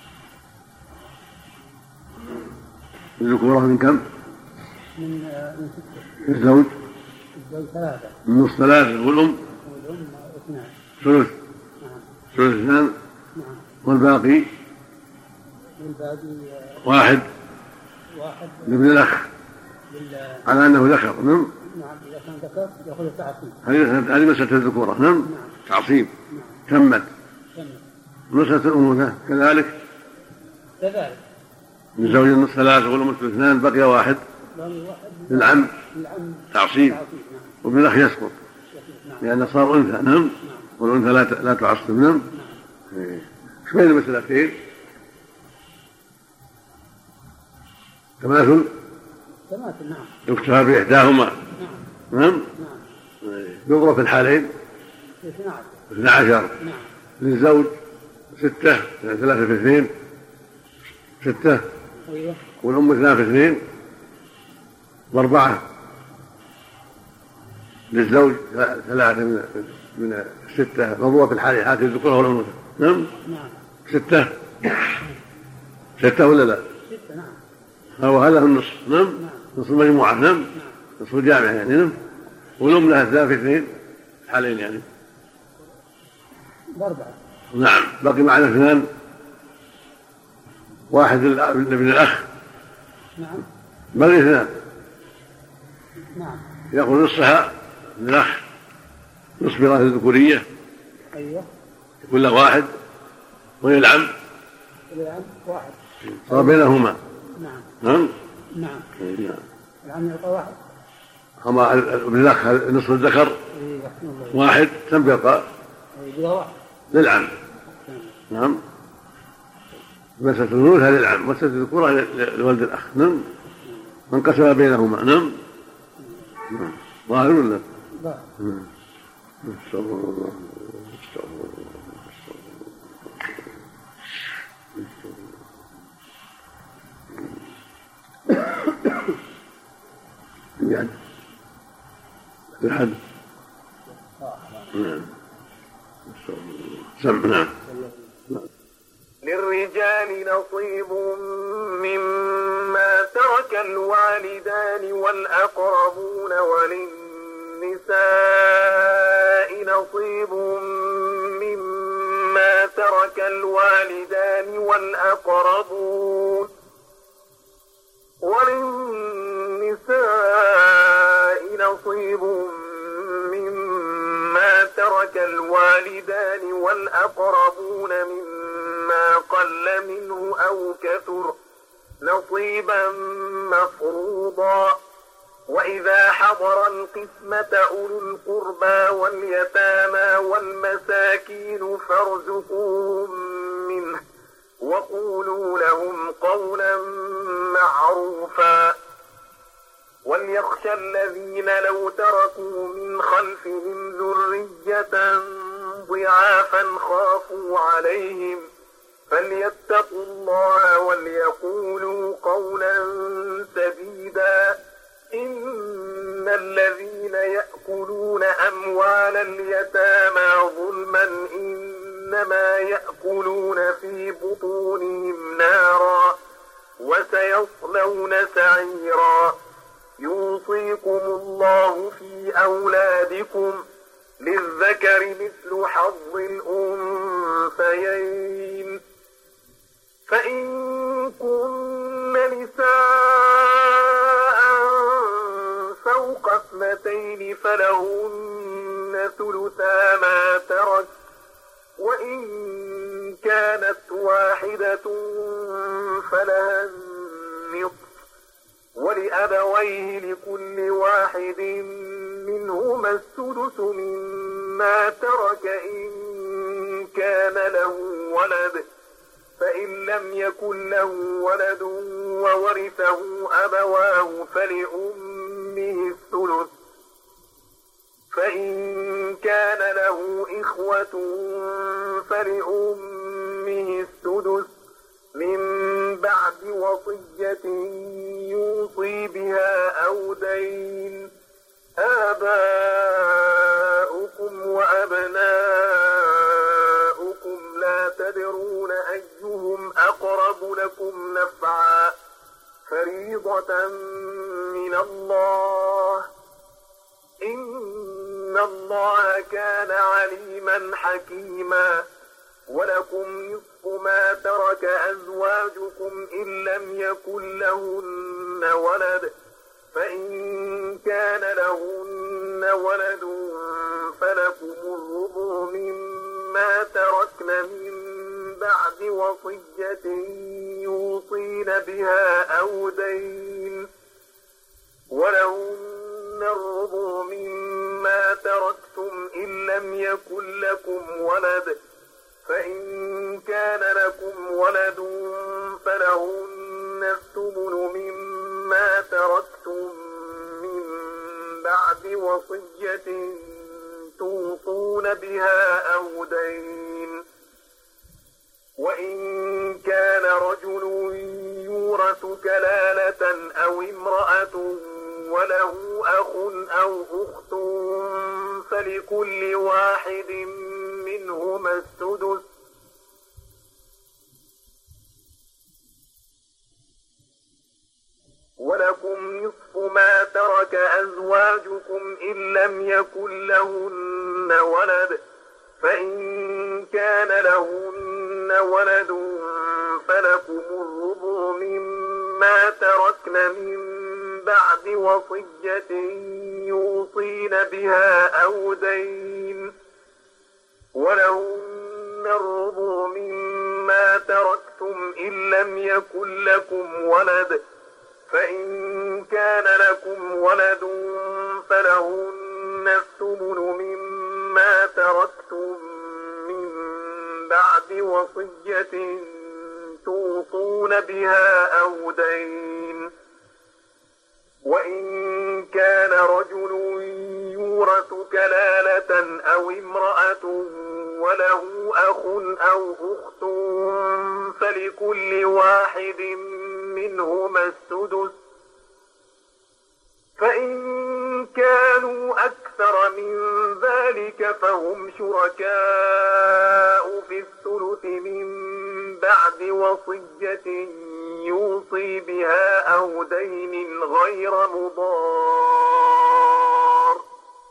Speaker 1: الذكورة من كم؟
Speaker 5: من
Speaker 1: الزوج
Speaker 5: 3.
Speaker 1: النص 3 والأم
Speaker 5: 2.
Speaker 1: ثلث 2. والباقي واحد لابن الأخ على أنه ذكر. نعم
Speaker 5: إذا كان ذكر يأخذ التعصيب.
Speaker 1: هذه مسألة الذكورة. نعم تعصيب تمت. مسألة الأنوثة كذلك من زوج النص 3 والأم 2 بقي واحد للعم تعصيب وابن الأخ يسقط لأنه صار أنثى. نعم والأنثى لا تعصب. نعم. ايش بين المسألتين؟ تماثل.
Speaker 5: نعم.
Speaker 1: يكتفى بإحداهما. نعم. يضرب في الحالين 12. للزوج 6 3 في 2 6. والأم 2 في 2 و4. للزوج 3 من 6 مضروبة في الحالين هذه الذكورة والأنوثة. نعم 6 ولا لا؟
Speaker 5: 6. نعم.
Speaker 1: هو هذا النصف. نعم نصف المجموعة. نعم نصف الجامعة يعني. نعم. والأم لها 3 في 2 حالين يعني
Speaker 5: 4.
Speaker 1: نعم. بقي معنا 2 واحد لابن الأخ.
Speaker 5: نعم.
Speaker 1: بقي 2.
Speaker 5: نعم.
Speaker 1: يأخذ نصها من الأخ نصف ميراث الذكورية.
Speaker 5: أيوه.
Speaker 1: يكون له 1 وللعم
Speaker 5: 1
Speaker 1: صار بينهما.
Speaker 5: نعم.
Speaker 1: نعم
Speaker 5: نعم.
Speaker 1: نعم.
Speaker 5: العم يعطى 1.
Speaker 1: أما ابن الأخ نصف الذكر 1 كم يبقى؟
Speaker 5: يبقى 1
Speaker 1: للعم. نعم. مسألة الأنوثة للعم مسألة الذكورة لولد الأخ. نعم. انقسم بينهما. نعم. ظاهر ولا؟
Speaker 5: ظاهر.
Speaker 1: استغفر الله. يعني الحد. نعم. سمع. نعم.
Speaker 6: للرجال نصيب مما ترك الوالدان والأقربون وللنساء نصيب مما ترك الوالدان والأقربون نصيب مما ترك الوالدان والأقربون مما قل منه أو كثر نصيبا مفروضا. وإذا حضر القسمة أولو القربى واليتامى والمساكين فارزقوهم منه وقولوا لهم قولا معروفا. وليخشى الذين لو تركوا من خلفهم ذرية ضعافا خافوا عليهم فليتقوا الله وليقولوا قولا سديدا. إن الذين يأكلون أموال اليتامى ظلما إنما يأكلون في بطونهم نارا وسيصلون سعيرا. يوصيكم الله في أولادكم للذكر مثل حظ الأنثيين. فإن كن نساء فوق 2 اثنتين فلهن ثلثا ما ترك، وإن كانت واحدة فلها النصف، ولأبويه لكل واحد منهما السدس مما ترك إن كان له ولد، فإن لم يكن له ولد وورثه أبواه فلأمه الثلث، فإن كان له إخوة فلأمه السدس من بعد وصية يوصي بها أو دين. آباؤكم وأبناؤكم لا تدرون أيهم أقرب لكم نفعا، فريضة من الله، إن الله كان عليما حكيما. ولكم نصف ما ترك أزواجكم إن لم يكن لهن ولد، فإن كان لهن ولد فلكم الربع مما تركن من بعد وصية يوصين بها أو دين، ولهن الربع مما تركتم إن لم يكن لكم ولد، فإن كان لكم ولد فلهن الثمن مما تركتم من بعد وصية توصون بها أو دين. وإن كان رجل يورث كلالة أو امرأة وله أخ أو أخت فلكل واحد منهما السدس، ولكم نصف ما ترك أزواجكم إن لم يكن لهن ولد، فإن كان لهن ولد فلكم الربع مما تركن من بعد وصية يوصين بها أو دين، ولهن الربع مما تركتم إن لم يكن لكم ولد، فإن كان لكم ولد فلهن الثمن مما تركتم من بعد وصية توصون بها أو دين. وإن كان رجل يورث كلالة أو امرأة وله أخ أو أخت فلكل واحد منهما السدس، فإن كانوا أكثر من ذلك فهم شركاء في الثلث من بعد وصية يوصي بها أو دين غير مضار،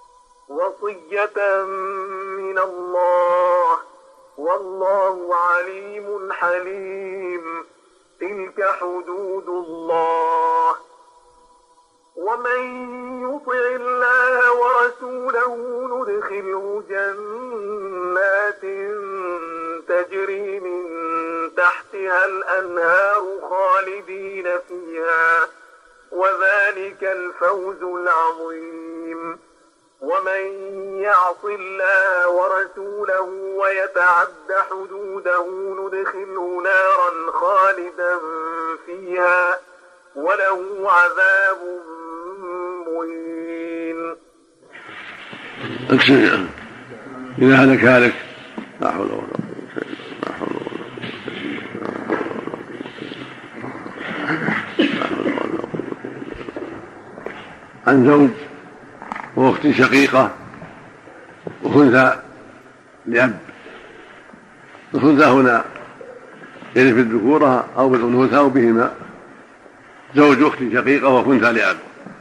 Speaker 6: وصية من الله، والله عليم حليم. تلك حدود الله. ومن يطع الله ورسوله ندخله جنات تجري من تحتها الأنهار خالدين فيها، وذلك الفوز العظيم. ومن يعص الله ورسوله ويتعد حدوده ندخله نارا خالدا فيها وله عذاب مهين.
Speaker 1: اكسر إذا هلك هالك لا حول ولا قوة إلا بالله. عن زوج واخت شقيقة وخنثى لأب. الخنثى هنا يرث بالذكورة أو بالأنوثة أو بهما. زوج أخت شقيقة وخنثى لأب.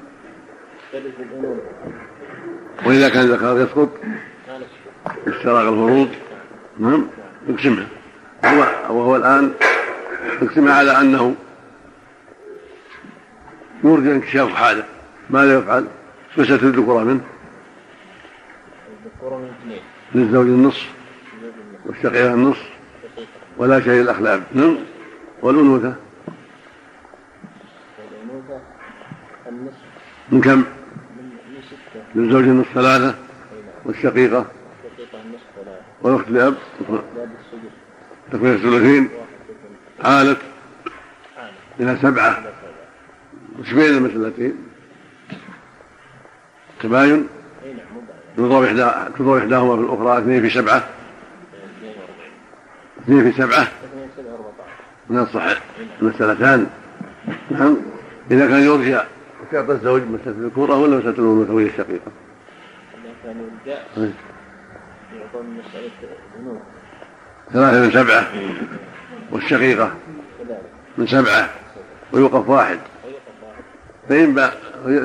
Speaker 1: وإذا كان ذكر يسقط اشتراك الفروض نعم يقسمها. وهو الآن يقسمها على أنه يرجى انكشاف حاله. ماذا يفعل؟ مسألة الذكورة منه للزوج النصف والشقيقة النصف ولا شيء الأخلاف. نعم. والأنوثة من كم؟ للزوج النصف 3 والشقيقة والأخت لأب تكمل الثلثين عالت إلى 7. وش بين المسألتين؟ تباين تضرب إحداهما في الأخرى 2 في 7 2 في 7 من الصحيح المسألتان. نعم. إذا كان يرجع تعطى الزوج مسألة الذكورة ولا مسألة الأنوثة وهي الشقيقة؟
Speaker 4: كان يرجع يعطون مسألة الأنوثة
Speaker 1: 3 من 7 والشقيقة من 7 ويوقف 1 فإن باء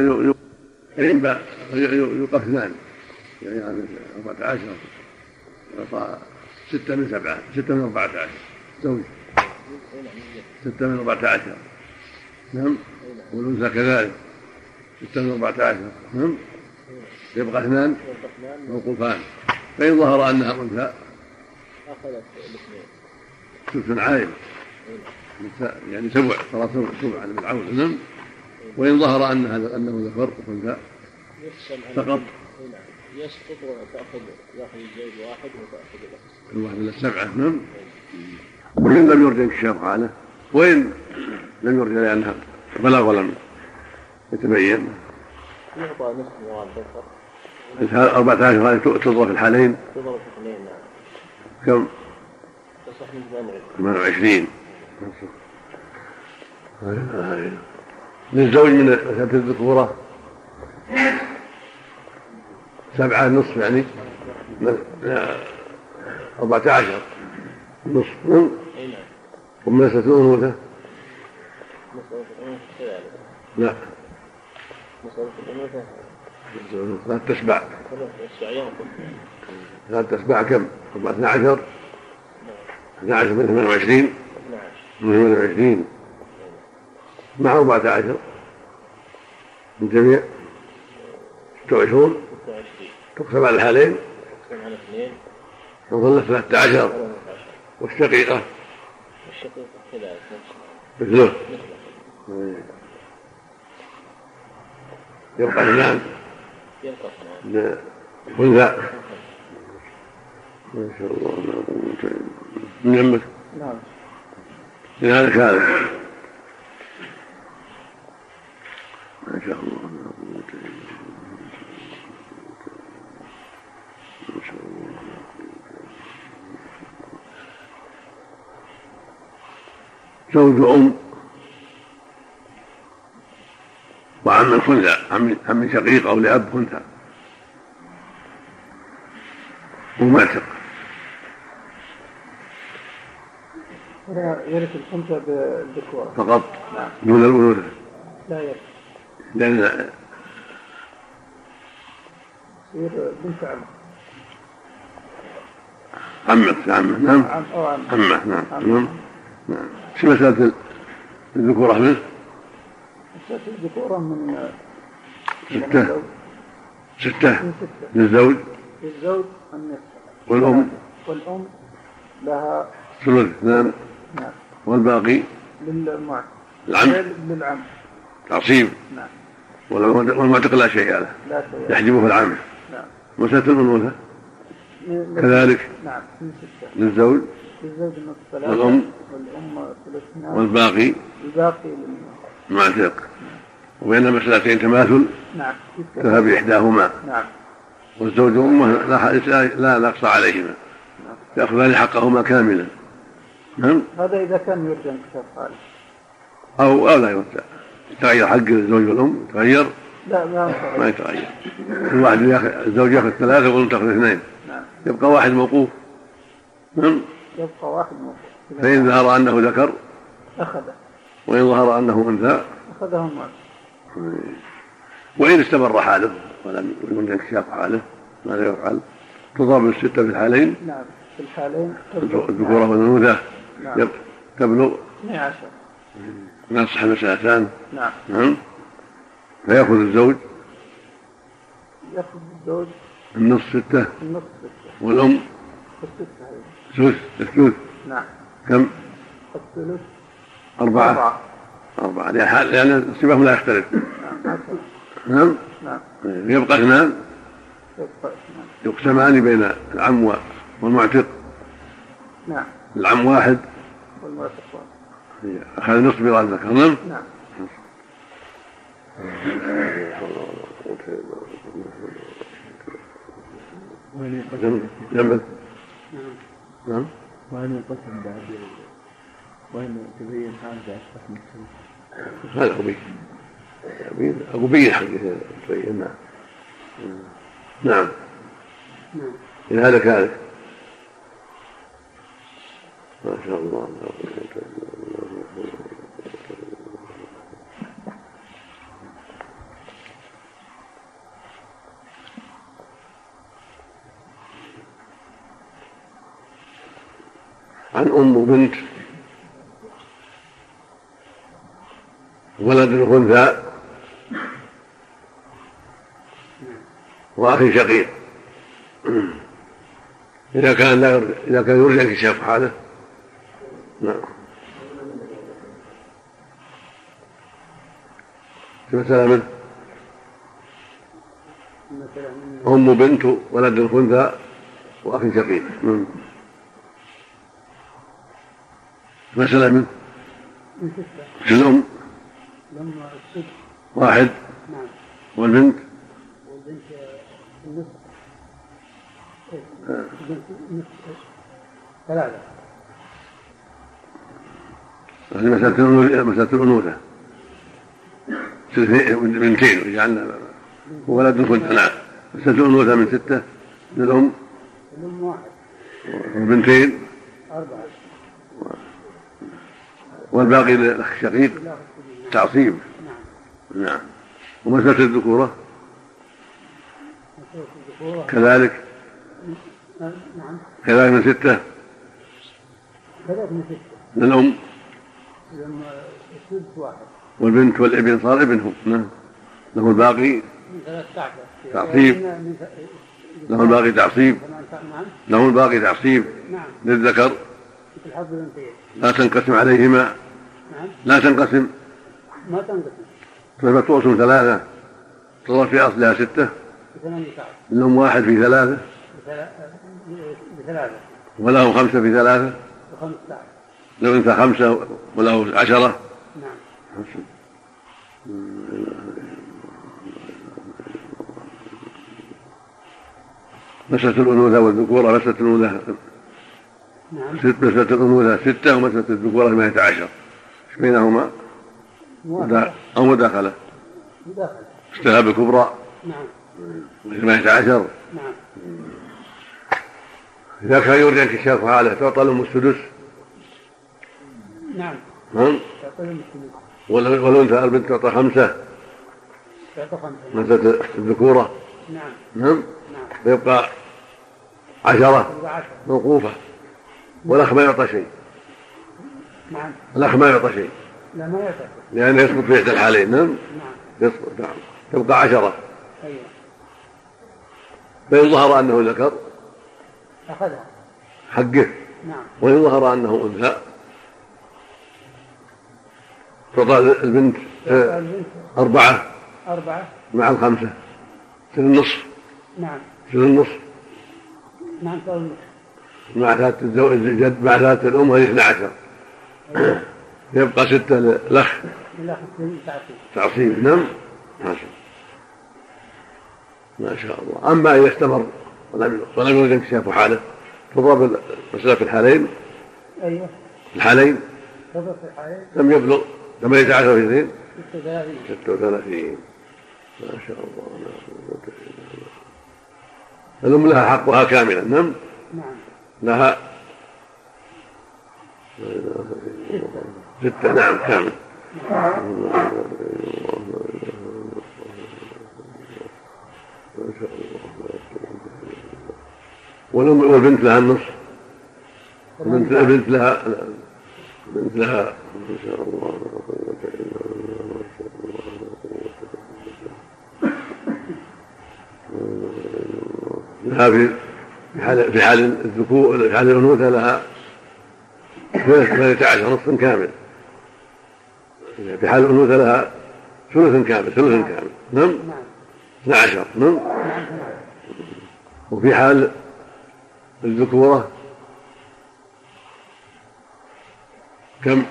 Speaker 1: يوقف 2 يعني 14 يعطى 6 من 7 6 من 14 زوج 6 من 14. نعم. والأنثى كذلك 6 من 14. نعم. يبقى 2 موقوفان. فإن ظهر أنها أنثى
Speaker 4: أخذت الاثنين
Speaker 1: ثلث عائل يعني 7 صار 7 من العون. نعم. وإن ظهر أنه ذكر أنثى فقط
Speaker 4: يسقط يأخذ الزوج 1 وتأخذ الأخت
Speaker 1: الواحد من 7. نعم. وإن لم يرجع انكشاف حاله وإن لم يرجع لأنها بلغ ولم يتبين
Speaker 4: يعطى نصف مواد ذكر
Speaker 1: 14 هذه تضرب في الحالين
Speaker 4: تضرب في 2. نعم.
Speaker 1: كم؟
Speaker 4: تصح من
Speaker 1: 28. للزوج من مسألة الذكورة 7 نصف يعني 14 نصف. ومن مسألة الأنوثة لا لا تسبع 3 تسبع كم؟ 12 من 28 من 28 مع 14 من جميع 26 تقسم على الحالين وظل 13. والشقيقة
Speaker 4: كذلك
Speaker 1: مثله يبقى 2 أنثى. ما شاء الله. من يمك
Speaker 5: نعم.
Speaker 1: لهذا كان ما شاء الله. ما شاء الله. زوج وعم خنثى عم شقيق أو لأب خنثى ومعتق
Speaker 5: يرث الخنثى بالذكورة
Speaker 1: فقط دون الأنوثة.
Speaker 5: لا يرث
Speaker 1: لأن
Speaker 5: يصير بنت
Speaker 1: عمك. نعم. عمه. نعم. شو مسألة الذكورة منه؟
Speaker 5: مسألة الذكورة من
Speaker 1: 6 للزوج
Speaker 5: النصف
Speaker 1: والأم
Speaker 5: لها
Speaker 1: ثلث 2.
Speaker 5: نعم.
Speaker 1: والباقي
Speaker 5: للعم
Speaker 1: تعصيب.
Speaker 5: نعم.
Speaker 1: والمعتق لا شيء له يحجبه العام.
Speaker 5: نعم.
Speaker 1: مسألة الأنوثة كذلك.
Speaker 5: نعم.
Speaker 1: للزوج
Speaker 5: النصف 3
Speaker 1: والأم
Speaker 5: ثلث 2
Speaker 1: والباقي للمعتق. وبين مسألتين تماثل.
Speaker 5: نعم.
Speaker 1: تذهب إحداهما.
Speaker 5: نعم.
Speaker 1: والزوج وأمه لا نقص عليهما يأخذان حقهما كاملا. نعم.
Speaker 5: هذا إذا كان يرجى انكشاف حاله
Speaker 1: أو لا يرجع يتغير حق الزوج والأم يتغير.
Speaker 5: لا
Speaker 1: ما يتغير. الواحد الزوج يأخذ 3 والأم تأخذ 2.
Speaker 5: نعم.
Speaker 1: يبقى 1 موقوف. نعم.
Speaker 5: يبقى 1 موقوف.
Speaker 1: فإن ظهر أنه ذكر
Speaker 5: أخذه
Speaker 1: وإن ظهر أنه أنثى
Speaker 5: أخذه معه.
Speaker 1: وإن استمر حاله ولم يرجى انكشاف حاله ماذا يفعل؟ تضرب 6 في الحالين.
Speaker 5: نعم. في الحالين
Speaker 1: الذكورة والأنوثة.
Speaker 5: نعم.
Speaker 1: تبلغ
Speaker 5: 12.
Speaker 1: نصح مسألتان.
Speaker 5: نعم.
Speaker 1: فيأخذ الزوج
Speaker 5: يأخذ الزوج
Speaker 1: النصف 6
Speaker 5: النصف
Speaker 1: والأم
Speaker 5: الثلث.
Speaker 1: الثلث.
Speaker 5: نعم.
Speaker 1: كم؟
Speaker 5: الثلث
Speaker 1: 4 لأن نصيبهم لا يختلف. نعم. يبقى 2 يقسمان بين العم والمعتق.
Speaker 5: نعم.
Speaker 1: العم 1
Speaker 5: والمعتق
Speaker 1: أخذ نصف ميراث الذكر. نعم. جنبك. نعم.
Speaker 3: وأن ينقسم بعد وأن تبين هذا قسم الثلث.
Speaker 1: هذا أبو بين حقه تبين. نعم. نعم. إذا هذا كذلك ما شاء الله. عن أم وبنت ولد أنثى وأخي شقيق إذا كان يرجى انكشاف حاله. نعم. مثلا من أم وبنت ولد أنثى وأخي شقيق. مثلا من الأم 1 والبنت
Speaker 5: ثلاثة.
Speaker 1: هذه مسألة الأنوثة 2 وجعلنا ولد أنثى. نعم. مسألة الأنوثة من 6 للأم
Speaker 5: 1
Speaker 1: والبنتين
Speaker 5: 4
Speaker 1: والباقي للأخ الشقيق تعصيب. نعم. ومسألة الذكورة كذلك من 6 للأم والبنت والابن صار ابنهم. نعم. له الباقي تعصيب. له الباقي تعصيب للذكر. لا تنقسم عليهما. لا تنقسم.
Speaker 5: ما تنقسم.
Speaker 1: فالمتوسط 3 تضرب في أصلها 6 لهم 1 في 3 وله 5 في 3 لو أنت 5 وله 10.
Speaker 5: نعم.
Speaker 1: مسألة الأنوثة والذكورة. مسألة الأنوثة 6 ومسألة الذكورة 18. ايش بينهما؟ أو مداخلة اشتهى بالكبرى.
Speaker 5: نعم.
Speaker 1: 18.
Speaker 5: نعم.
Speaker 1: إذا كان يرجى انكشاف حاله تعطى لهم السدس.
Speaker 5: نعم.
Speaker 1: والأنثى البنت تعطى 5. مسألة الذكورة. نعم. فيبقى 10 موقوفة. والأخ ما يعطى شيء.
Speaker 5: نعم.
Speaker 1: الأخ ما يعطى شيء.
Speaker 5: لا ما يعطى.
Speaker 1: لأنه يسقط في إحدى الحالين. نعم. يسقط. نعم. تبقى 10.
Speaker 5: أيوة.
Speaker 1: فإن ظهر أنه ذكر
Speaker 5: أخذها
Speaker 1: حقه.
Speaker 5: نعم.
Speaker 1: وإن ظهر أنه أنثى تعطى البنت 4 مع 5 تصير النصف.
Speaker 5: نعم.
Speaker 1: تصير النصف.
Speaker 5: نعم. تصير النصف
Speaker 1: مع 3 الجد مع 3 الأم هذه 12. يبقى 6 للأخ تعصيب. نعم. ما شاء الله. أما إذا استمر ولم يرد انكشاف حاله تضرب المسألة في الحالين.
Speaker 5: أيوة.
Speaker 1: الحالين
Speaker 5: تضرب في الحالين.
Speaker 1: لم يبلغ 18 في 2
Speaker 5: 36.
Speaker 1: ما شاء الله. الأم لها حقها كاملا. نعم. لها 6. نعم كامل. والبنت لها النصف. البنت لها ما شاء الله. في حال الذكور، في حال الأنوثة لها 18 نصف كامل، في حال الأنوثة لها ثلث كامل. نعم 12. نعم. وفي حال الذكورة كم؟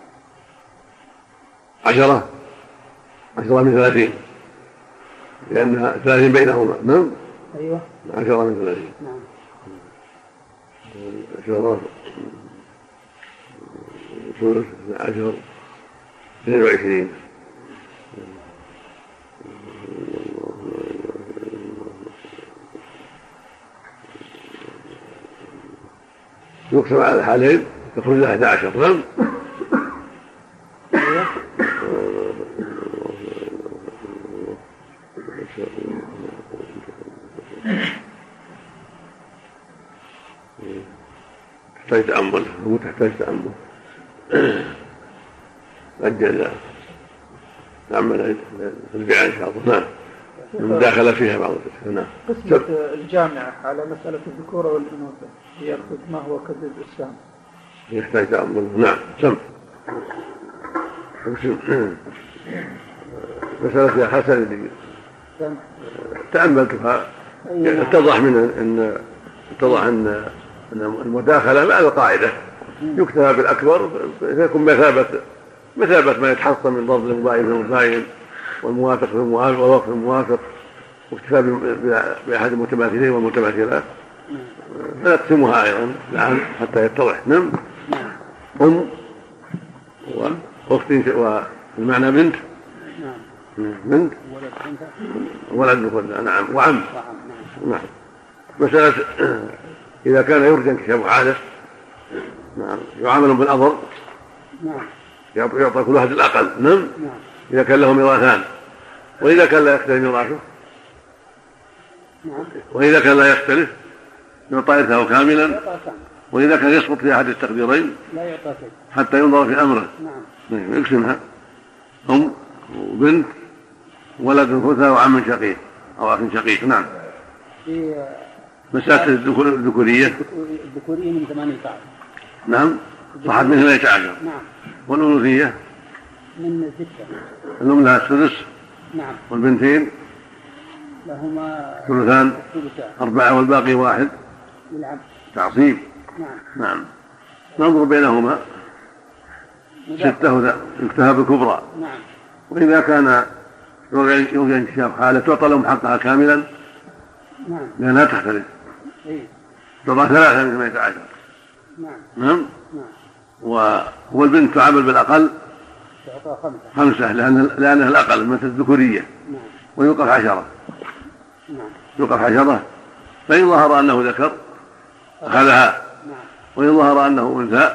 Speaker 1: 10 من 30، لأنها 30 بينهما. نعم.
Speaker 5: أيوة.
Speaker 1: 10 من 30.
Speaker 5: نعم.
Speaker 1: 10 ثلث 12 22. يقسم على الحالين تخرج 11. نعم. تحتاج تأمل، هو تحتاج تأمل. أجل نعمل في البيعة إن شاء الله. نعم. المداخلة فيها بعض الأشياء. نعم.
Speaker 5: قسمة الجامعة على مسألة الذكورة والأنوثة يأخذ ما هو كذب الإسلام.
Speaker 1: يحتاج تأمل. نعم. سم. مسألة يا حسن اللي تأملتها اتضح أن المداخلة مع القاعدة يكتفى بالأكبر، فيكون مثابة ما يتحصل من ضرب المباين بالمباين والموافق بالموافق والوقف بالموافق، واكتفى بأحد المتماثلين والمتماثلات، فنقسمها أيضا الآن حتى يتضح. نعم. وأخت والمعنى بنت. بنت ولد ذكر. نعم. وعم. نعم. مسألة إذا كان يرجى انكشاف حادث، نعم، يعامل بالأضر.
Speaker 5: نعم.
Speaker 1: يعطى كل واحد الأقل. نعم. إذا كان له ميراثان، وإذا كان لا يختلف ميراثه، وإذا كان لا يختلف يعطى إرثه كاملا، وإذا كان يسقط في أحد التقديرين لا يعطى حتى ينظر في أمره. نعم. يقسمها أم وبنت ولد أنثى وعم شقيق أو أخ شقيق. نعم. مسألة الذكورية
Speaker 5: من 18.
Speaker 1: نعم. صحت من 18.
Speaker 5: نعم.
Speaker 1: والأنوثية
Speaker 5: من 6.
Speaker 1: الأم لها السدس.
Speaker 5: نعم.
Speaker 1: والبنتين
Speaker 5: لهما
Speaker 1: ثلثان 4 والباقي 1
Speaker 5: للعبد.
Speaker 1: تعصيب. نعم. ننظر بينهما 6 يكتفى بالكبرى.
Speaker 5: نعم.
Speaker 1: وإذا كان يرجى انكشاف حالة تعطى لهم حقها كاملا.
Speaker 5: نعم.
Speaker 1: لأنها تختلف. تعطى 3 من 18. نعم. والبنت تعامل بالأقل،
Speaker 5: تعطى
Speaker 1: 5 لأنها الأقل مثل الذكورية. ويوقف 10. يوقف 10، فإن ظهر أنه ذكر أخذها، وإن ظهر أنه أنثى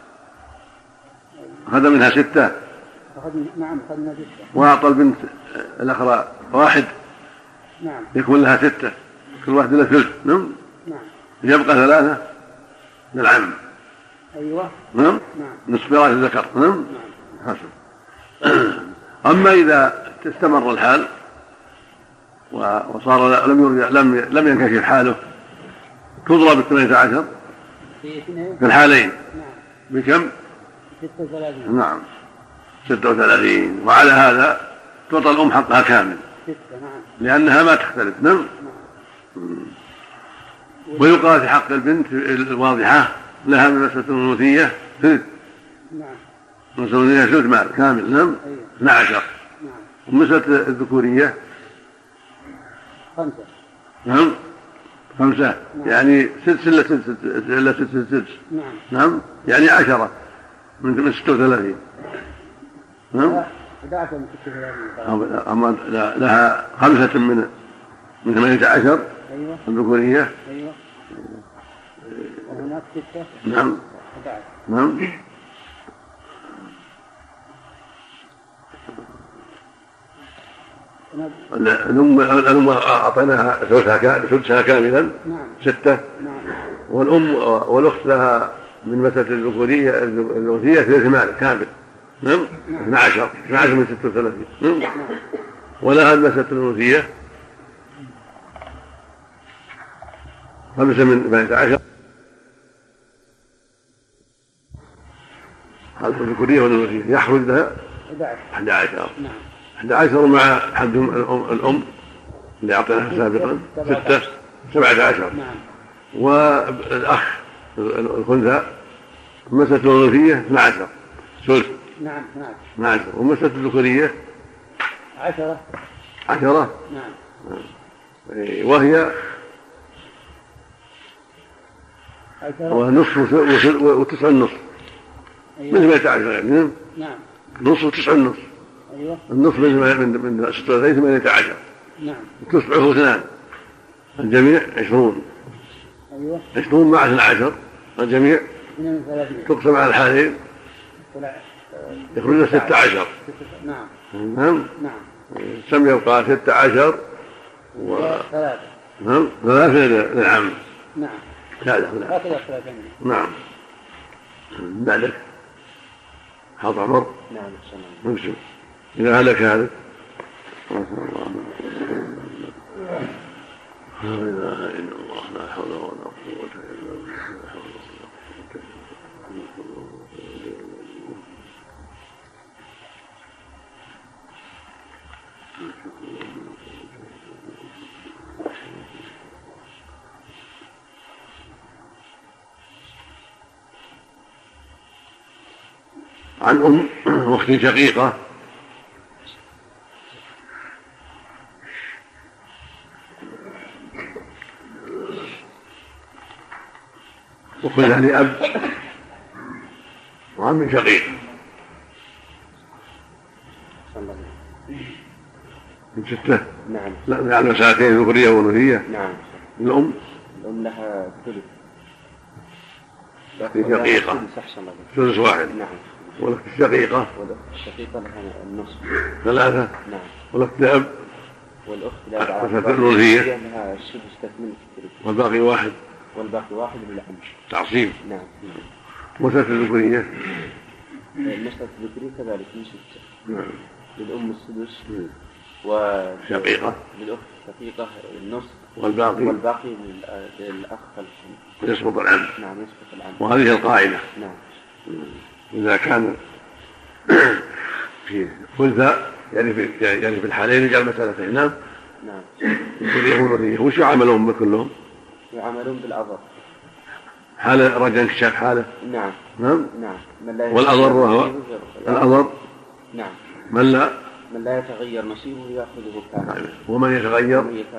Speaker 1: أخذ منها 6.
Speaker 5: نعم. أخذنا 6.
Speaker 1: وأعطى البنت الأخرى 1.
Speaker 5: نعم.
Speaker 1: يكون لها 6، كل واحد له ثلث. نعم. يبقى 3 للعم.
Speaker 5: أيوة.
Speaker 1: نعم. نصف ميراث الذكر. نعم. حسن. أما إذا استمر الحال وصار لم ينكشف حاله، تضرب 18 في الحالين. بكم؟
Speaker 5: 36.
Speaker 1: نعم. 36. وعلى هذا تعطى الأم حقها كامل
Speaker 5: 6. نعم.
Speaker 1: لأنها ما تختلف. نعم. ويقال في حق البنت الواضحة لها من مسألة الأنوثية ثلث.
Speaker 5: نعم.
Speaker 1: مسألة الأنوثية ثلث مال كامل. نعم. 12. ومسألة الذكورية
Speaker 5: 5.
Speaker 1: نعم. 5. يعني 6 إلا 6. نعم. يعني 10 من 36. نعم.
Speaker 5: 11 من 36.
Speaker 1: أما لها 5 من 18.
Speaker 5: أيوة.
Speaker 1: الذكورية.
Speaker 5: أيوة. وهناك 6.
Speaker 1: نعم.
Speaker 5: 11.
Speaker 1: نعم. الأم أعطيناها ثلثها كاملا.
Speaker 5: نعم.
Speaker 1: 6.
Speaker 5: نعم.
Speaker 1: والأم والأخت لها من مسألة الذكورية الأنوثية 3 مال كامل. نعم. 12 من 36. نعم. ولها المسألة الأنوثية 5 من 18 هذا الذكورية والأنوثية يخرج لها 11.
Speaker 2: نعم.
Speaker 1: 11 مع حدهم الأم اللي أعطيناها سابقا 17.
Speaker 2: نعم.
Speaker 1: والأخ الخنثى مسألة الأنوثية 12 ثلث.
Speaker 2: نعم.
Speaker 1: 12. ومسألة الذكورية
Speaker 2: 10.
Speaker 1: نعم. وهي
Speaker 2: 10
Speaker 1: نصف وتسع النصف.
Speaker 2: أيوة.
Speaker 1: من 18 يعني.
Speaker 2: نعم.
Speaker 1: نصف وتسع النصف.
Speaker 2: أيوة.
Speaker 1: النصف من 36 18.
Speaker 2: نعم.
Speaker 1: وتصبحه 2. الجميع 20.
Speaker 2: أيوة.
Speaker 1: 20 مع 12 الجميع
Speaker 2: 32.
Speaker 1: تقسم على الحالين يخرج 16.
Speaker 2: نعم.
Speaker 1: نعم. سم يبقى 16
Speaker 2: ثلاثة.
Speaker 1: نعم. 3 للعم.
Speaker 2: نعم.
Speaker 1: هكذا
Speaker 2: 3.
Speaker 1: نعم. بعدك حاط عمر.
Speaker 2: نعم.
Speaker 1: نمشي إذا هلك هذا ما شاء الله. لا إله إلا الله لا حول ولا قوة إلا بالله. عن أخت شقيقة وكلها لأب وعم شقيق من 6.
Speaker 2: نعم.
Speaker 1: لا يعني مساكين ذكورية وأنوثية.
Speaker 2: نعم.
Speaker 1: الأم
Speaker 2: لها ثلث.
Speaker 1: شقيقة ثلث واحد.
Speaker 2: نعم.
Speaker 1: والأخت الشقيقة
Speaker 2: الشقيقة لها النصف.
Speaker 1: 3.
Speaker 2: نعم.
Speaker 1: والأخت لأب
Speaker 2: والأخت
Speaker 1: الأنوثية
Speaker 2: لها السدس تكملة الثلث.
Speaker 1: والباقي 1
Speaker 2: للعم.
Speaker 1: تعصيب.
Speaker 2: نعم.
Speaker 1: مسألة الذكورية
Speaker 2: المسألة الذكورية كذلك من 6.
Speaker 1: نعم.
Speaker 2: للأم السدس
Speaker 1: شقيقة
Speaker 2: للأخت الشقيقة النصف
Speaker 1: والباقي
Speaker 2: للأخ
Speaker 1: يسقط العم.
Speaker 2: نعم يسقط العم.
Speaker 1: وهذه القاعدة.
Speaker 2: نعم.
Speaker 1: إذا كان في خلفة يعني في الحالين يجعل مسألتين. نعم. ذكورية وأنوثية. وش يعاملون كلهم؟
Speaker 2: يعاملون بالأضر.
Speaker 1: حالة رجع انكشاف حالة.
Speaker 2: نعم.
Speaker 1: والأضر وهو الأضر.
Speaker 2: نعم.
Speaker 1: من لا
Speaker 2: يتغير نصيبه يأخذه كامل.
Speaker 1: ومن يتغير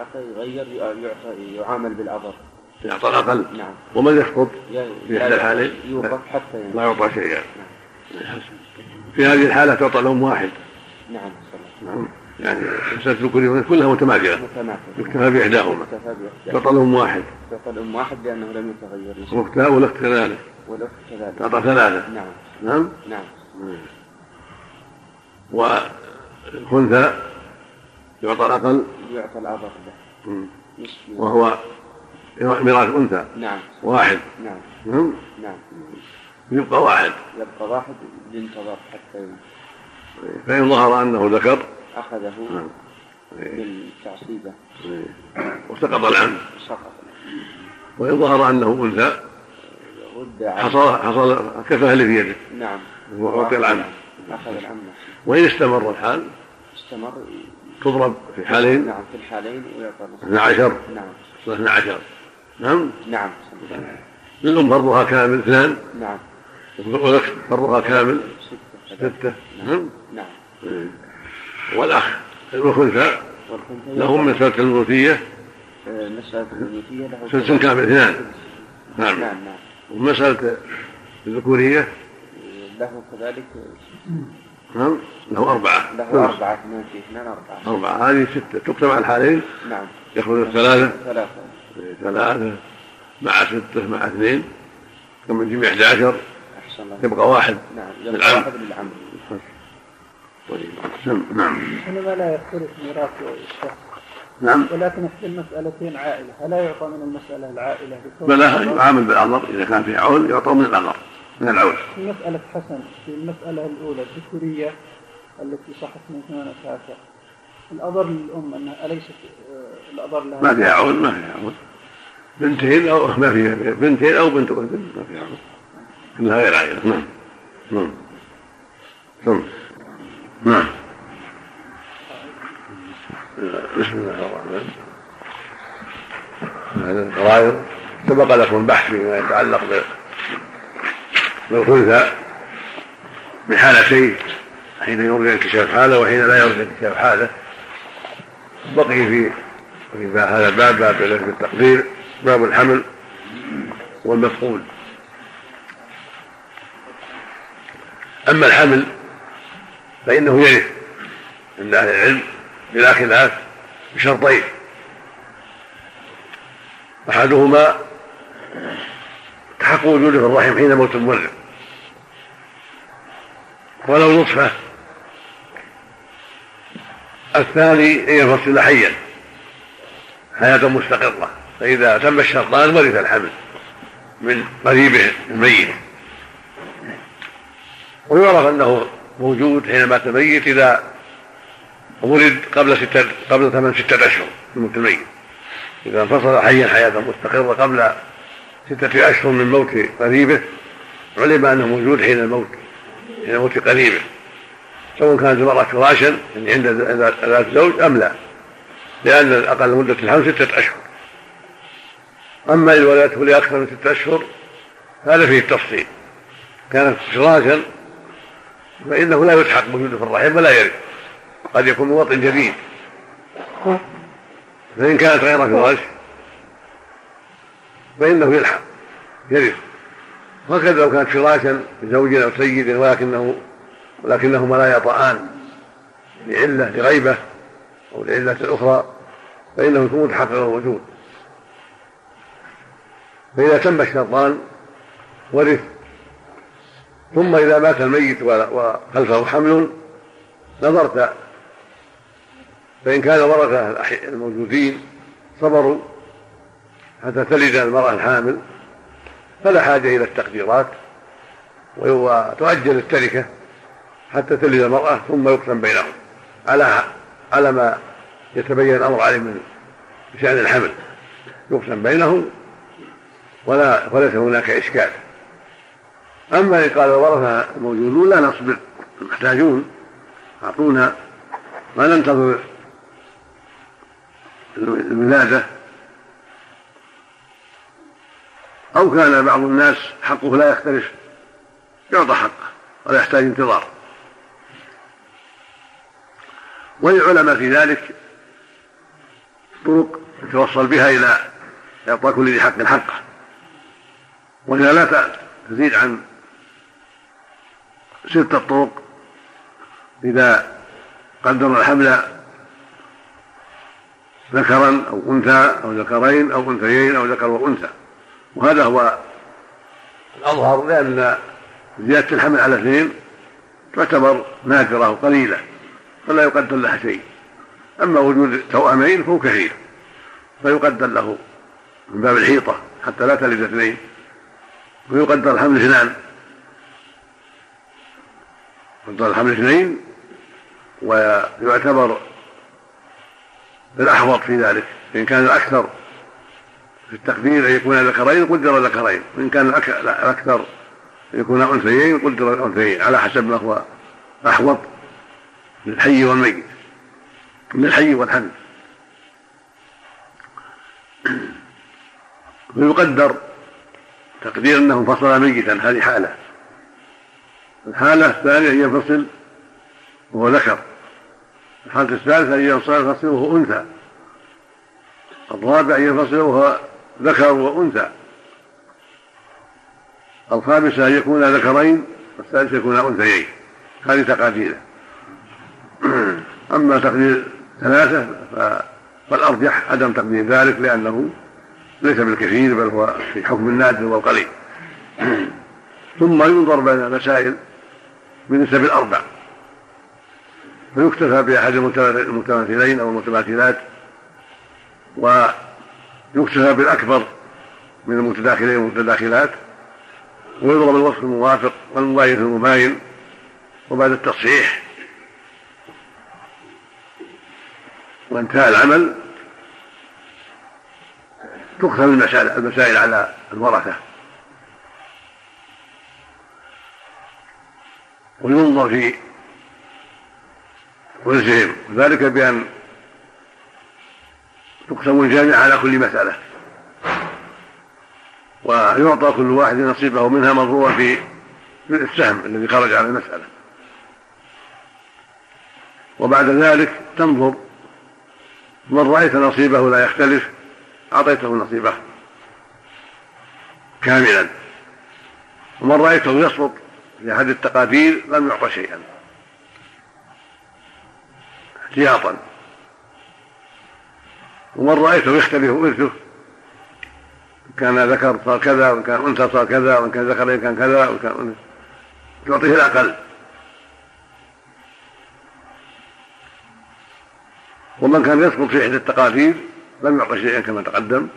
Speaker 2: يعامل بالأضر.
Speaker 1: يعطى الأقل.
Speaker 2: نعم.
Speaker 1: ومن يسقط في إحدى الحالين
Speaker 2: يوقف حتى
Speaker 1: لا يعطى شيئا. في هذه الحالة تعطى لهم 1.
Speaker 2: نعم.
Speaker 1: يعني مسألة الذكورية كلها متماثلة يكتفى بإحداهما. تعطى لهم 1.
Speaker 2: تعطى الأم 1 لأنه لم يتغير
Speaker 1: نصيبه. والأخت كذلك. تعطى 3. نعم. والخنثى يعطى الأقل.
Speaker 2: يعطى الأضر
Speaker 1: وهو ميراث أنثى.
Speaker 2: نعم.
Speaker 1: 1.
Speaker 2: نعم.
Speaker 1: يبقى 1
Speaker 2: للانتظار حتى
Speaker 1: فإن ظهر أنه ذكر
Speaker 2: أخذه بالتعصيبة
Speaker 1: وسقط العم. وإن ظهر أنه أنثى حصل كفاه اللي في يده.
Speaker 2: نعم.
Speaker 1: وأعطي العم.
Speaker 2: أخذ العم.
Speaker 1: وإن استمر الحال تضرب في حالين.
Speaker 2: نعم. في الحالين ويعطى
Speaker 1: 12.
Speaker 2: نعم.
Speaker 1: 12. نعم.
Speaker 2: نعم.
Speaker 1: للأم فرضها كامل 2.
Speaker 2: نعم.
Speaker 1: والأخت فرضها كامل 6.
Speaker 2: نعم.
Speaker 1: والأخ الخنثى لهم مسألة الأنوثية. سدس كامل 2. نعم. ومسألة الذكورية
Speaker 2: له كذلك.
Speaker 1: نعم. له 4.
Speaker 2: له 4.
Speaker 1: 4. هذه 6 تقسم على الحالين.
Speaker 2: نعم.
Speaker 1: يخرج 3 مع 6 مع 2 كم من جميع 11. يبقى 1.
Speaker 2: نعم.
Speaker 1: للعم.
Speaker 5: طيب. نعم. إنما لا يختلف ميراث الشخص.
Speaker 1: نعم.
Speaker 5: ولكن في المسألتين عائلة، ألا يعطى من المسألة العائلة؟
Speaker 1: بلى يعامل بالأضر. إذا كان فيه عول يعطى من الأضر من العول.
Speaker 5: في مسألة حسن في المسألة الأولى الذكورية التي صحت من 18 الأضر للأم أنها أليست الأضر لها
Speaker 1: ما فيها عول. بنتين أو ما فيها بنتين أو بنت ما فيها كلها غير عائلة. نعم نعم. بسم الله الرحمن الرحيم. هذا الفرائض سبق لكم البحث فيما يتعلق بالخنثى بحالتين، حين يرجى انكشاف حاله وحين لا يرجى انكشاف حاله. بقي في هذا الباب باب التقدير، باب الحمل والمفقود. أما الحمل فإنه يرث عند أهل العلم بلا خلاف بشرطين: أحدهما تحقق وجوده في الرحم حين موت المورث ولو نطفة، الثاني أن ينفصل حيا حياة مستقرة، فإذا تم الشرطان ورث الحمل من قريبه الميت. ويعرف أنه موجود حين مات الميت إذا ولد قبل 8 أشهر من موت الميت. إذا انفصل حيا حياة مستقرة قبل 6 أشهر من موت قريبه علم أنه موجود حين موت قريبه، سواء كانت المرأة فراشا يعني عند ذات زوج أم لا، لأن أقل مدة الحمل 6 أشهر. أما إن ولدته لأكثر من 6 أشهر هذا فيه التفصيل. كانت فراشا فإنه لا يلحق وجوده في الرحم ولا يرث، قد يكون من وطن جديد. فإن كانت غير فراش فإنه يلحق يرث. وهكذا لو كانت فراشا لزوج أو سيد ولكنهما لا يطأان لعلة لغيبة أو لعلة أخرى فإنه يكون متحقق الوجود. فإذا تم الشرطان ورث. ثم إذا مات الميت وخلفه حمل نظرت، فإن كان ورثة الموجودين صبروا حتى تلد المرأة الحامل فلا حاجة إلى التقديرات، وتؤجل التركة حتى تلد المرأة ثم يقسم بينهم على ما يتبين الأمر عليه من شأن الحمل، يقسم بينهم وليس هناك إشكال. أما إن قال الورثة الموجودون لا نصبر محتاجون أعطونا ما ننتظر الولادة، أو كان بعض الناس حقه لا يختلف يعطى حقه ولا يحتاج انتظار. وللعلماء في ذلك طرق يتوصل بها إلى إعطاء كل ذي حق حقه، وإذا لا تزيد عن 6 طرق إذا قدر الحمل ذكرا أو أنثى أو ذكرين أو أنثيين أو ذكر وأنثى. وهذا هو الأظهر، لأن زيادة الحمل على 2 تعتبر نادرة وقليلة فلا يقدر لها شيء. أما وجود توأمين فهو كثير فيقدر له من باب الحيطة حتى لا تلد 2، ويقدر الحمل 2 يقدر الحمل 2 ويعتبر الأحوط في ذلك. إن كان الأكثر في التقدير أن يكون ذكرين قدر ذكرين، وإن كان الأكثر أن يكون أنثيين قدر أنثيين، على حسب ما هو أحوط للحي والميت للحي والحمل. ويقدر تقدير أنه انفصل ميتا، هذه حالة. الحالة الثانية هي ينفصل وهو ذكر. الحالة الثالثة هي ينفصل وهو أنثى. الرابع ينفصل وهو ذكر وأنثى. الخامسة أن يكون ذكرين، والثالثة يكون أنثيين. هذه تقاديره. أما تقدير 3 فالأرجح عدم تقدير ذلك، لأنه ليس بالكثير بل هو في حكم النادر والقليل. ثم ينظر بين المسائل بنسب 4، فيكتفى بأحد المتماثلين أو المتماثلات، ويكتفى بالأكبر من المتداخلين والمتداخلات، ويضرب الوصف الموافق والمباين المباين. وبعد التصحيح وانتهى العمل تقسم المسائل على الورثة وينظر في ورثهم، وذلك بأن تقسم الجامعة على كل مسألة ويعطى كل واحد نصيبه منها مضروبا في السهم الذي خرج على المسألة، وبعد ذلك تنظر من رأيت نصيبه لا يختلف أعطيته نصيبه كاملا، ومن رأيته يسقط في أحد التقادير لم يعطى شيئا احتياطا، ومن رأيته يختلف ورثه كان ذكر صار كذا وإن كان أنثى صار كذا وإن كان ذكر كان كذا وإن كان أنثى تعطيه الأقل، ومن كان يسقط في إحدى التقادير لم يعطى شيئا كما تقدم،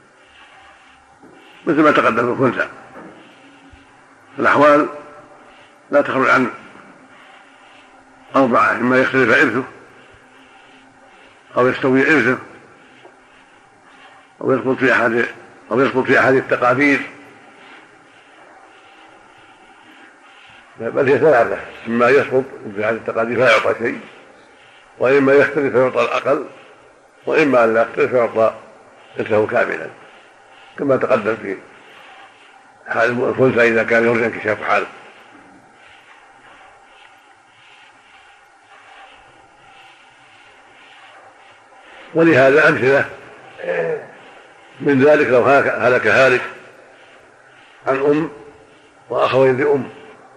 Speaker 1: مثل ما تقدم في الخنثى. الأحوال لا تخرج عن 4، إما يختلف إرثه أو يستوي إرثه أو يسقط في أحد التقادير، بل هي 3: إما يسقط في أحد التقادير فلا يعطى شيء، وإما يختلف فيعطى الأقل، وإما أن لا يختلف فيعطى إرثه كاملا كما تقدم في حال الخنثى إذا كان يرجى انكشاف حاله. ولهذا أمثلة من ذلك لو هلك هالك عن أم وأخوين لأم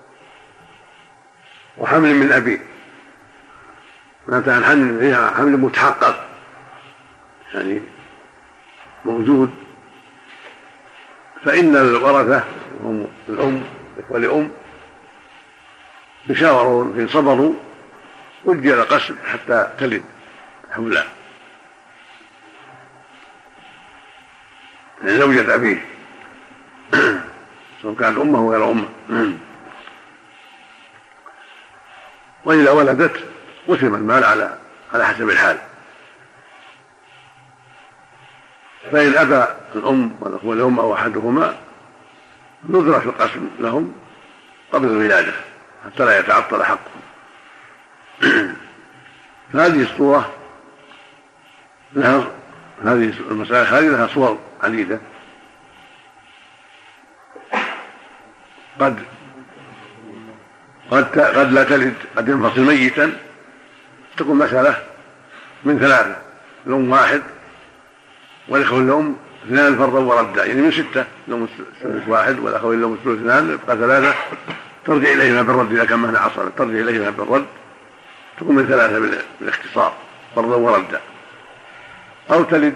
Speaker 1: وحمل من أبيه، مات عن حمل متحقق يعني موجود، فإن الورثة هم الأم ولأم يشاورون إن صبروا أجل القسم حتى تلد حولا زوجة أبيه سواء كانت أمه غير أمه، وإذا ولدت قسم المال على حسب الحال، فإن أبى الأم والأم أو أحدهما نذر في القسم لهم قبل الولادة حتى لا يتعطل حقهم. هذه الصورة هذه المسائل هذه لها صور عديدة، قد لا تلد، قد ينفصل ميتا، تكون مسألة من 3: الأم 1 والإخوة الأم 2 فرضا وردا، يعني من 6: الأم الثلث 1 والأخوين الأم الثلث 2 يبقى 3 ترجع إليهما بالرد إذا كان مهنة عصبة ترجع إليهما بالرد، تكون من 3 بالاختصار فرضا وردا، أو تلد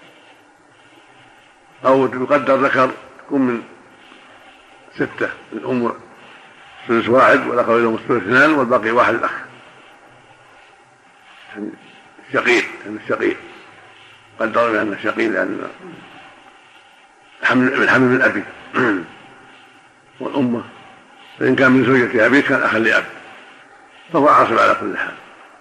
Speaker 1: أو يقدر ذكر تكون من 6: الأم الثلث 1 والأخوين الأم الثلث 2 والباقي 1 الأخ الشقيق قدر بأن الشقيق لأن الحمل من أبي والأمة فإن كان من زوجة أبي كان أخا لأب، فهو عاصب على كل حال.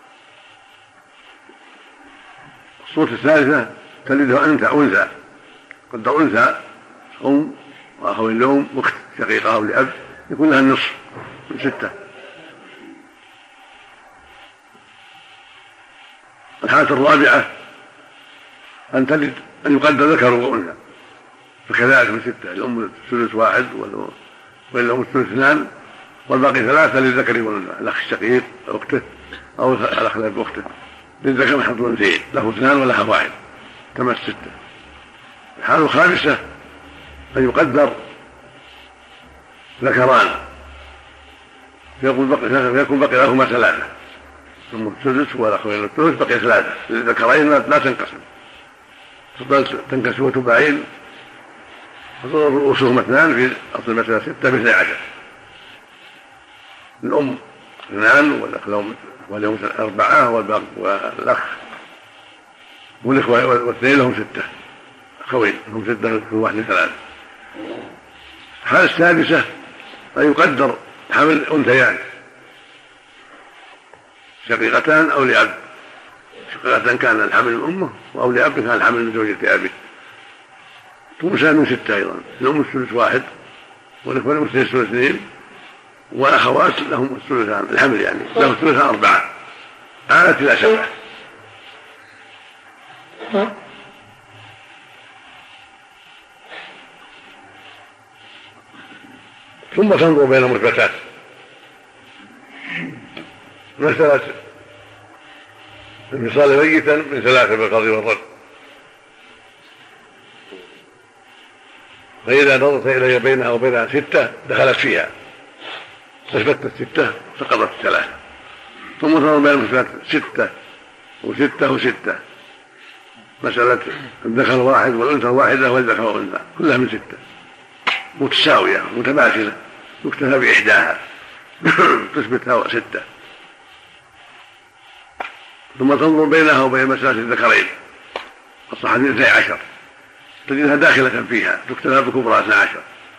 Speaker 1: الصورة الثالثة تلده أنثى قدر أنثى أم وأخوين لهم أخت شقيقة أو لأب يكون لها النصف من 6. الحالة الرابعة أن تلد أن يقدر ذكر وأنثى، فكذلك من 6: الأم الثلث 1 والأم الثلث 2 والباقي 3 للذكر والأنثى، الأخ الشقيق أخته أو الأخ لأب أخته، للذكر من حظ الأنثيين له 2 ولها 1 كما 6. الحالة الخامسة أن يقدر ذكران فيكون بقي لهما 3: الأم الثلث والأخوين الثلث بقي 3 للذكرين لا تنقسم، تنقسم وتباين رؤوسهما 2 في أصل المسألة 6 ب12. الأم 2 والأخ ولهم 4 والأخ والإخوة والاثنين لهم 6 أخوين لهم 6 كل واحد 3. الحالة السادسة أن يقدر حمل أنثيان شقيقتان أو لأب، شقيقتان كان الحمل من أمه أو لأب كان الحمل من زوجة أبيه، ثلثان من 6 أيضا، الأم الثلث 1 والإخوان المسلمين الثلث 2 والأخوات لهم الثلثان، الحمل يعني له الثلثان 4 عادت إلى 7. ثم تنظر بين مثبتات مسألة انفصال ميتا من 3 بالقضي والرد، فإذا نظرت إلى بينها وبينها 6 دخلت فيها، أثبتت 6 سقطت 3. ثم تنظر بين مثبتات 6 و6 و6، مسألة الذكر الواحد والأنثى الواحدة والذكر والأنثى كلها من 6 متساوية متماثلة يكتفى بإحداها تثبتها 6. ثم تنظر بينها وبين مسألة الذكرين أصبحت 12 تجدها داخلة فيها تكتفى بكبرى 12.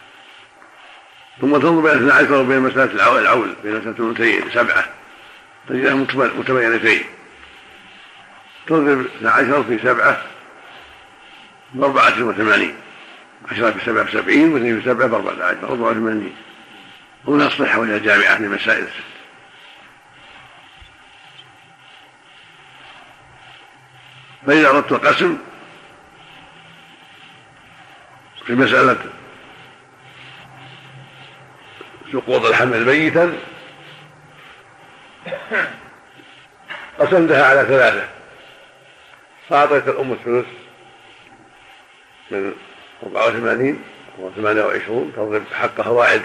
Speaker 1: ثم تنظر بين 12 وبين مسألة العول بين مسألة الأنثيين 7 تجدها متباينتين، تضرب 12 في 7 ب84، 10 في 7 ب70 و2 في 7 ب14 84. هنا الصحة وهي جامعة لمسائل 6. فإذا أردت القسم في مسألة سقوط الحمل ميتا قسمتها على 3، فأعطيت الأم الثلث من 84 و 28 تضرب حقها 1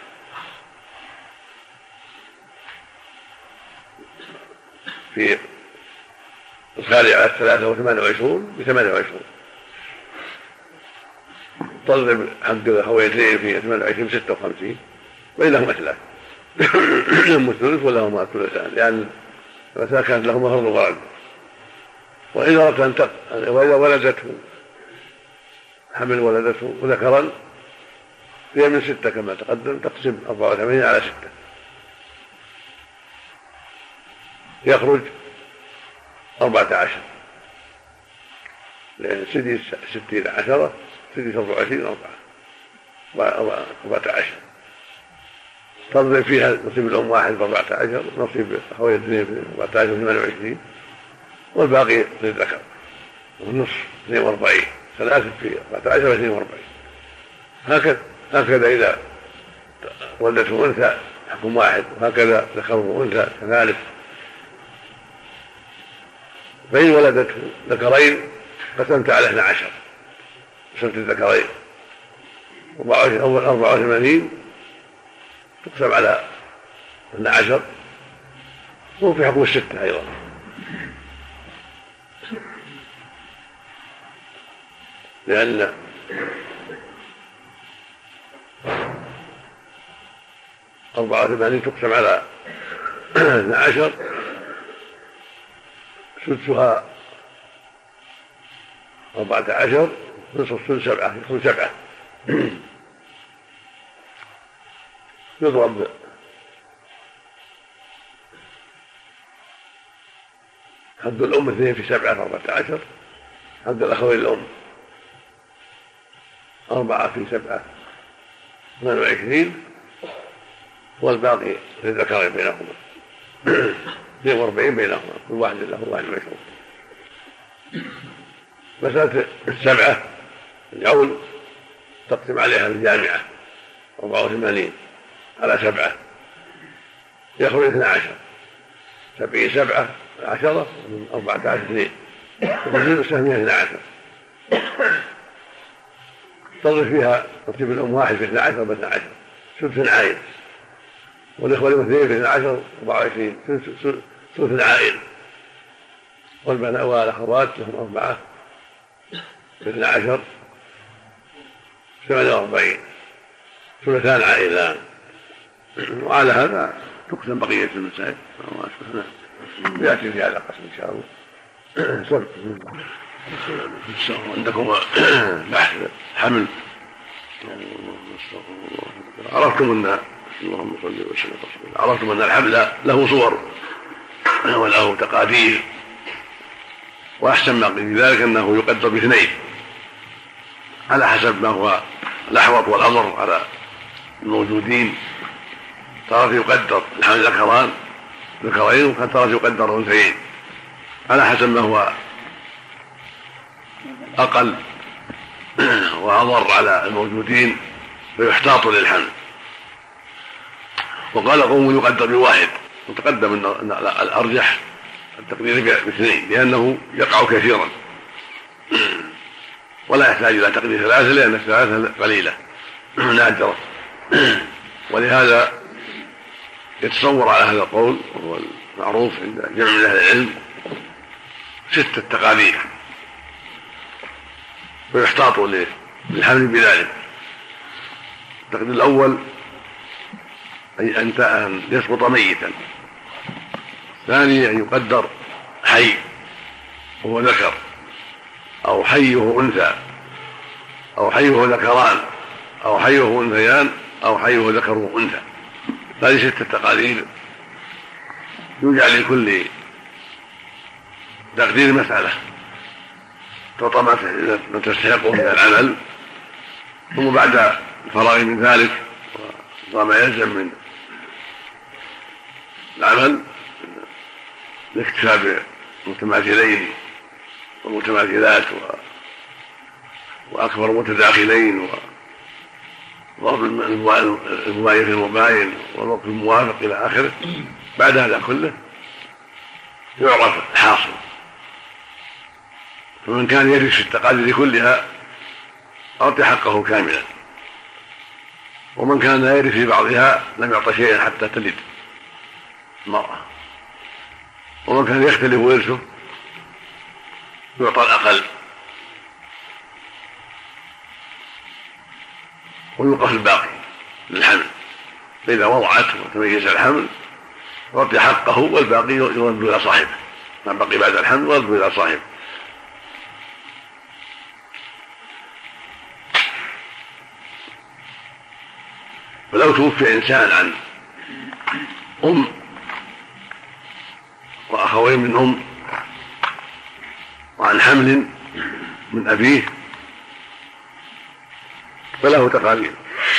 Speaker 1: في إدخالي على 3 و 28 ب 28، تضرب حق الأخوين في 28 ب 56 بينهما 3 لهم الثلث ولهما الثلثان، لأن المسألة كانت لهما فرض ورد. وإذا ولدته حمل ولدته ذكرا فهي من 6 كما تقدم، تقسم 84 على 6 يخرج 14، لأن 60 10 24 14 تضرب فيها نصيب الأم 1 ب 14 نصيب أخوين 2 ب 14 و 28 والباقي للذكر والنصف 42 3 في 14 و 42. هكذا إذا ولدته أنثى حكم 1 وهكذا ذكره أنثى كذلك. فإن ولدته ذكرين قسمت على 12 قسمت الذكرين 84 تقسم على 12 وفي حكم 6 أيضا، لأن أربعة وثمانين تقسم على 12 سدسها 14 نصف السدس 7 يكون 7 يضرب حد الأم 2 في 7 في 14 حد الأخوين الأم 4 في 7 28 والباقي للذكرين بينهما 42 بينهما كل واحد له 21. مسألة 7 العول تقسم عليها الجامعة 84 على 7 يخرج 12 70 7 10 من 14 2 وتزيد السهمية 12 تضرب فيها نصيب الأم 1 في 12 ب 12 ثلث عائل والإخوة لهم 2 في 12 24 ثلث عائل والبنات والأخوات لهم 4 في 12 48 ثلثان عائلان. وعلى هذا تقسم بقية المسائل يأتي في هذا القسم إن شاء الله. عندكم بحث حمل عرفتم أن الحمل له صور وله تقادير، وأحسن ما في ذلك أنه يقدر ب2 على حسب ما هو الأحوط والأمر على الموجودين. ترى يقدر الحمل ذكرين، وكان ترى يقدر أنثيين على حسب ما هو أقل وأضر على الموجودين فيحتاط للحمل. وقال قوم يقدر بواحد، وتقدم أن الأرجح التقدير باثنين لأنه يقع كثيرا ولا يحتاج إلى تقدير ثلاثة لأن الثلاثة قليلة نادرة. ولهذا يتصور على هذا القول وهو المعروف عند جمع من أهل العلم 6 تقادير ويحتاط للحمل بذلك. التقدير الأول أي أن يسقط ميتا. الثاني أن يقدر حي وهو ذكر، أو حي وهو أنثى، أو حي وهو ذكران، أو حي وهو أنثيان، أو حي وهو ذكر وأنثى. هذه 6 تقادير يجعل لكل تقدير مسألة تعطى ما تستحقه من العمل، ثم بعد الفراغ من ذلك وما يلزم من العمل الاكتفاء بالمتماثلين والمتماثلات وأكبر متداخلين وضرب المباين في المباين والوقت الموافق إلى آخره. بعد هذا كله يعرف الحاصل، فمن كان يرث في التقادير كلها أعطي حقه كاملا، ومن كان يرث في بعضها لم يعطى شيئا حتى تلد المرأة، ومن كان يختلف ورثه يعطى الأقل ويوقف الباقي للحمل. فإذا وضعت وتميز الحمل يعطي حقه والباقي يرد إلى صاحبه، ما بقي بعد الحمل يرد إلى صاحبه. ولو توفي إنسان عن أم وأخوين من أم وعن حمل من أبيه فله تقادير،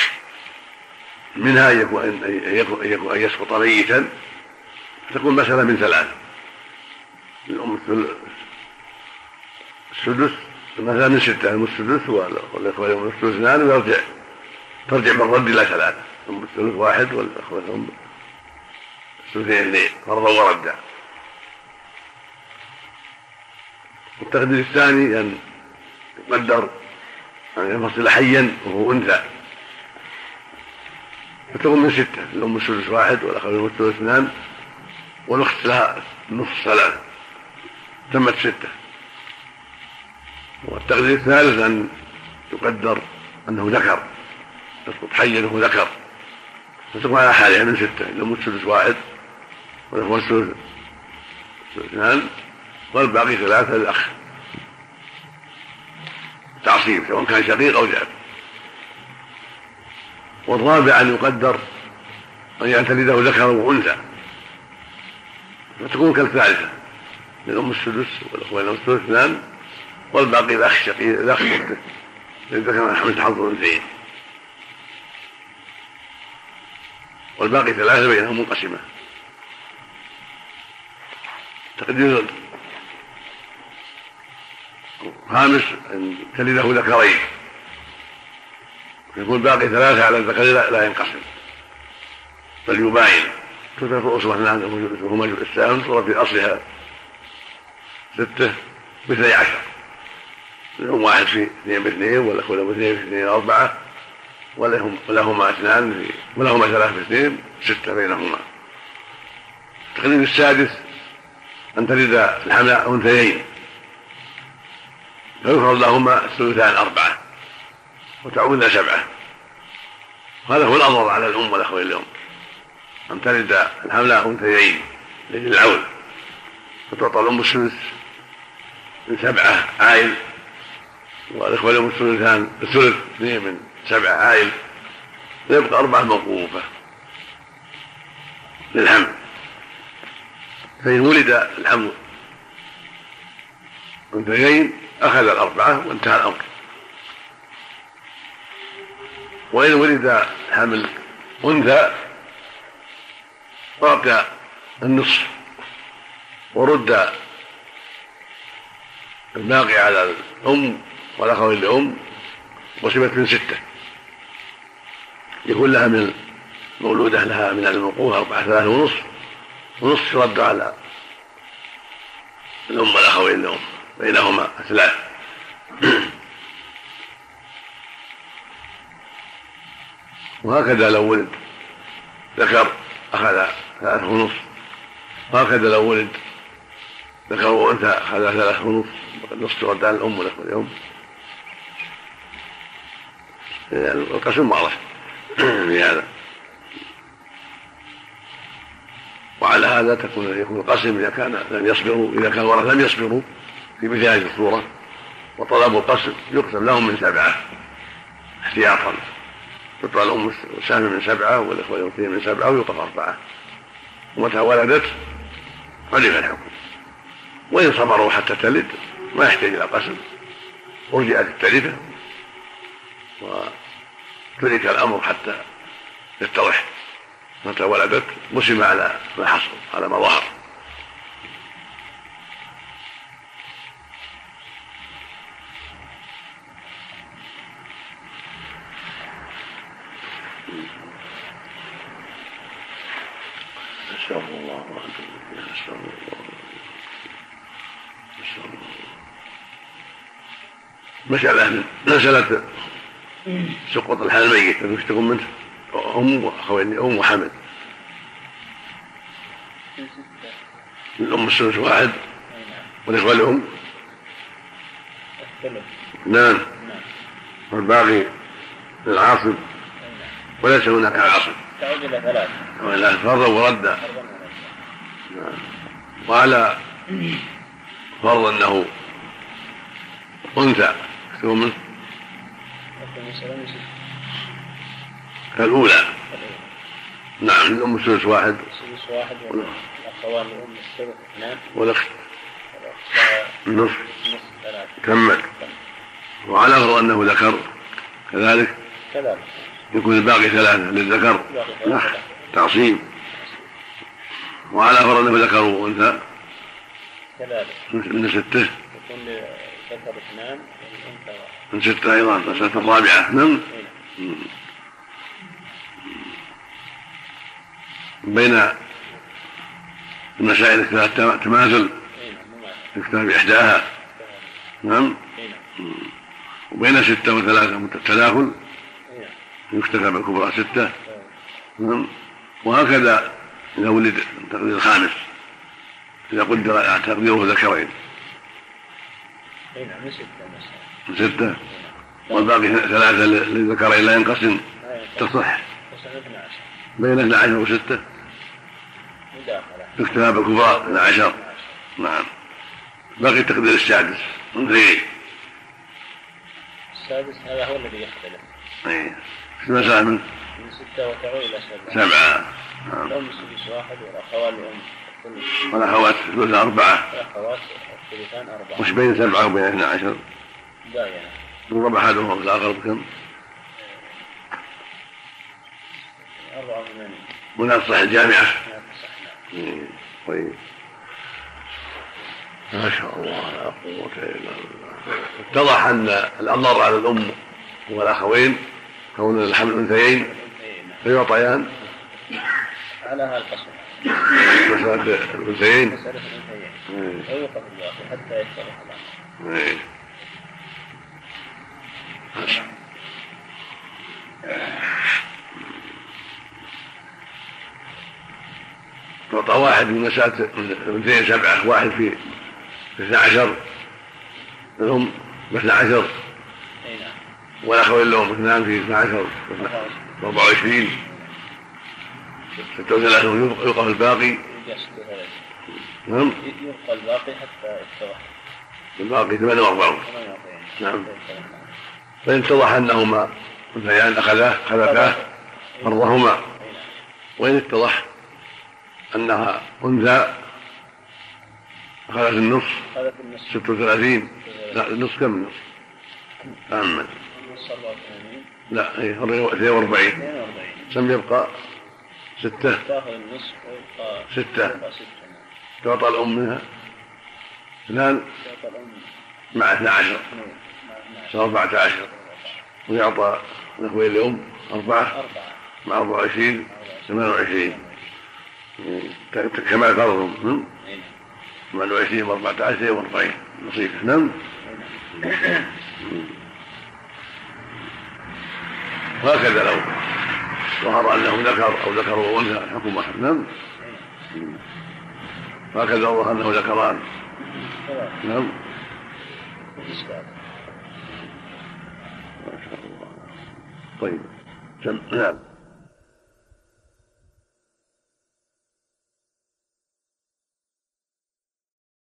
Speaker 1: منها أن يسقط ميتا، تكون مسألة من 3: الأم السدس، مثلا من 6 الأم السدس والإخوة الأم السدس 2، وترجع بالرد إلى 3: الأم الثلث 1 والأخوة الأم الثلثين 2 فرضا وردا. التقدير الثاني أن يقدر أن ينفصل حيا وهو أنثى، فتكون من 6: الأم السدس 1 والأخوة الأم الثلث 2 والأخت لها نصف 3، تمت 6. والتقدير الثالث أن يقدر أنه ذكر، يسقط حيا وهو ذكر، فتكون على حالها من 6: الأم السدس 1 والأخوة الثلث 2 والباقي 3 للأخ تعصيب سواء كان شقيق أو جاب. والرابع أن يقدر أن تلده ذكر وأنثى، فتكون كالثالثة: الأم السدس والأخوة الأم الثلث 2 والباقي الأخ شقيق الأخ للذكر من حمل حظ الأنثيين، والباقي 3 بينهم منقسمة. تقدير خامس أن تلده ذكرين، يكون باقي 3 على الذكر لا ينقسم بل يباين. تترك رؤوسها 2 وهما السهم صورة في أصلها 6 ب12، لهم 1 في 2 ب2 والأخوة له 2 في 2 4 ولهما 2 ولهما 3 في 2 6 بينهما. التقدير السادس أن تلد الحمل أنثيين فيفرض لهما 3 4 وتعود إلى 7. هذا هو الأضرر على الأم والأخوين الأم، أن تلد الحمل أنثيين للعول، فتعطى الأم الثلث من 7 عائل، والإخوة الأم الثلث 2 من 7 عائل، ويبقى 4 موقوفة للحمل. فإن ولد الحمل أنثيين أخذ 4 وانتهى الأمر. وإن ولد حمل أنثى أعطى النصف ورد الباقي على الأم والأخوين لأم، قسمت من 6، يكون لها من مولودة لها من الموقوف 3.5، ونصف يرد على الأم والأخوين لأم، بينهما 3. وهكذا لو ولد ذكر أخذ 3.5، وهكذا لو ولد ذكر وأنثى أخذ 3.5، النصف يرد على الأم والأخوين لأم. القسم معروف بهذا. وعلى هذا يكون القسم إذا كان الورثة لم يصبروا في مثل هذه الصورة وطلبوا القسم، يقسم لهم من 7 احتياطا، تطلع الأم سهم من 7 والإخوة يعطيهم من 7 ويوقف 4، ومتى ولدت علم الحكم. وإن صبروا حتى تلد ما يحتاج إلى قسم، رجعت التركة وترك الأمر حتى يتضح. متى ولدت قسم على ما حصل، على ما ظهر. استغفر الله وأتوب إليه. استغفر الله. مسألة سقوط الحال الميت الذي تكون منه أم وأخوين أم وحمل. الأم السدس 1 والإخوة الأم نعم، والباقي للعاصب، وليس هناك عاصب،
Speaker 2: تعود إلى 3
Speaker 1: وإلا فرض ورد. وعلى فرض أنه أنثى تكون منه الأولى نعم، الأم السدس 1
Speaker 2: والأخوان الأم السدس 2
Speaker 1: والأخت النصف كمل. وعلى فرض أنه ذكر كذلك يكون الباقي 3 للذكر تعصيب. وعلى فرض أنه ذكر وأنثى من 6
Speaker 2: يكون لذكر 2
Speaker 1: من 6 أيضا، مسألة الرابعة. نعم. بين المسائل الثلاث تماثل يكتفى بإحداها. نعم. وبين 6 و3 تداخل يكتفى بالكبرى 6. نعم. وهكذا إذا ولد التقدير الخامس، إذا قدر تقديره ذكرين من 6 والباقي 3 للذكرين لا ينقسم، تصح بين 12 و6 يكتفى بالكبرى 12. نعم. باقي التقدير السادس
Speaker 2: السادس هذا هو الذي يختلف.
Speaker 1: اي المسألة من
Speaker 2: 6 وتعود إلى
Speaker 1: 7.
Speaker 2: الأم السدس 1 والأخوان الأم
Speaker 1: والأخوات ثلث 4.
Speaker 2: والأخوات الثلثان 4.
Speaker 1: وش بين 7 وبين 12؟
Speaker 2: باينة.
Speaker 1: ضرب أحدهما في الآخر بكم؟
Speaker 2: 84.
Speaker 1: من الصح الجامعة. طيب ما شاء الله لا قوة إلا بالله. اتضح أن الأضرار على الأم والأخوين كون الحمل أنثيين فيعطيان
Speaker 2: على هالقسم
Speaker 1: مسألة الأنثيين
Speaker 2: ويوقف الواقع حتى يتضح الأمر.
Speaker 1: تعطى واحد من مسألة 2 7، واحد في 12 الأم ب12 والأخوين لهم 2 في 12 24 36 يوقف الباقي. نعم
Speaker 2: يبقى الباقي حتى يتضح
Speaker 1: الباقي 48. نعم. فإن اتضح أنهما أنثيان أخذتا فرضهما، وإن اتضح أنها أنثى أخذت النصف 36. لا النصف كم النصف؟ أعمل لا 42 سم يبقى 6
Speaker 2: تاخذ النصف ويبقى
Speaker 1: 6 تعطى الأم منها 2 مع 12 صار 14 ويعطى الأخوين الأم 4 مع 24 28 كما فرضهم 28 14 و40 نصيب. نعم. هكذا لو ظهر أنه ذكر أو ذكر وأنثى الحكم واحد. نعم. هكذا ظهر أنه ذكران. نعم. طيب. نعم.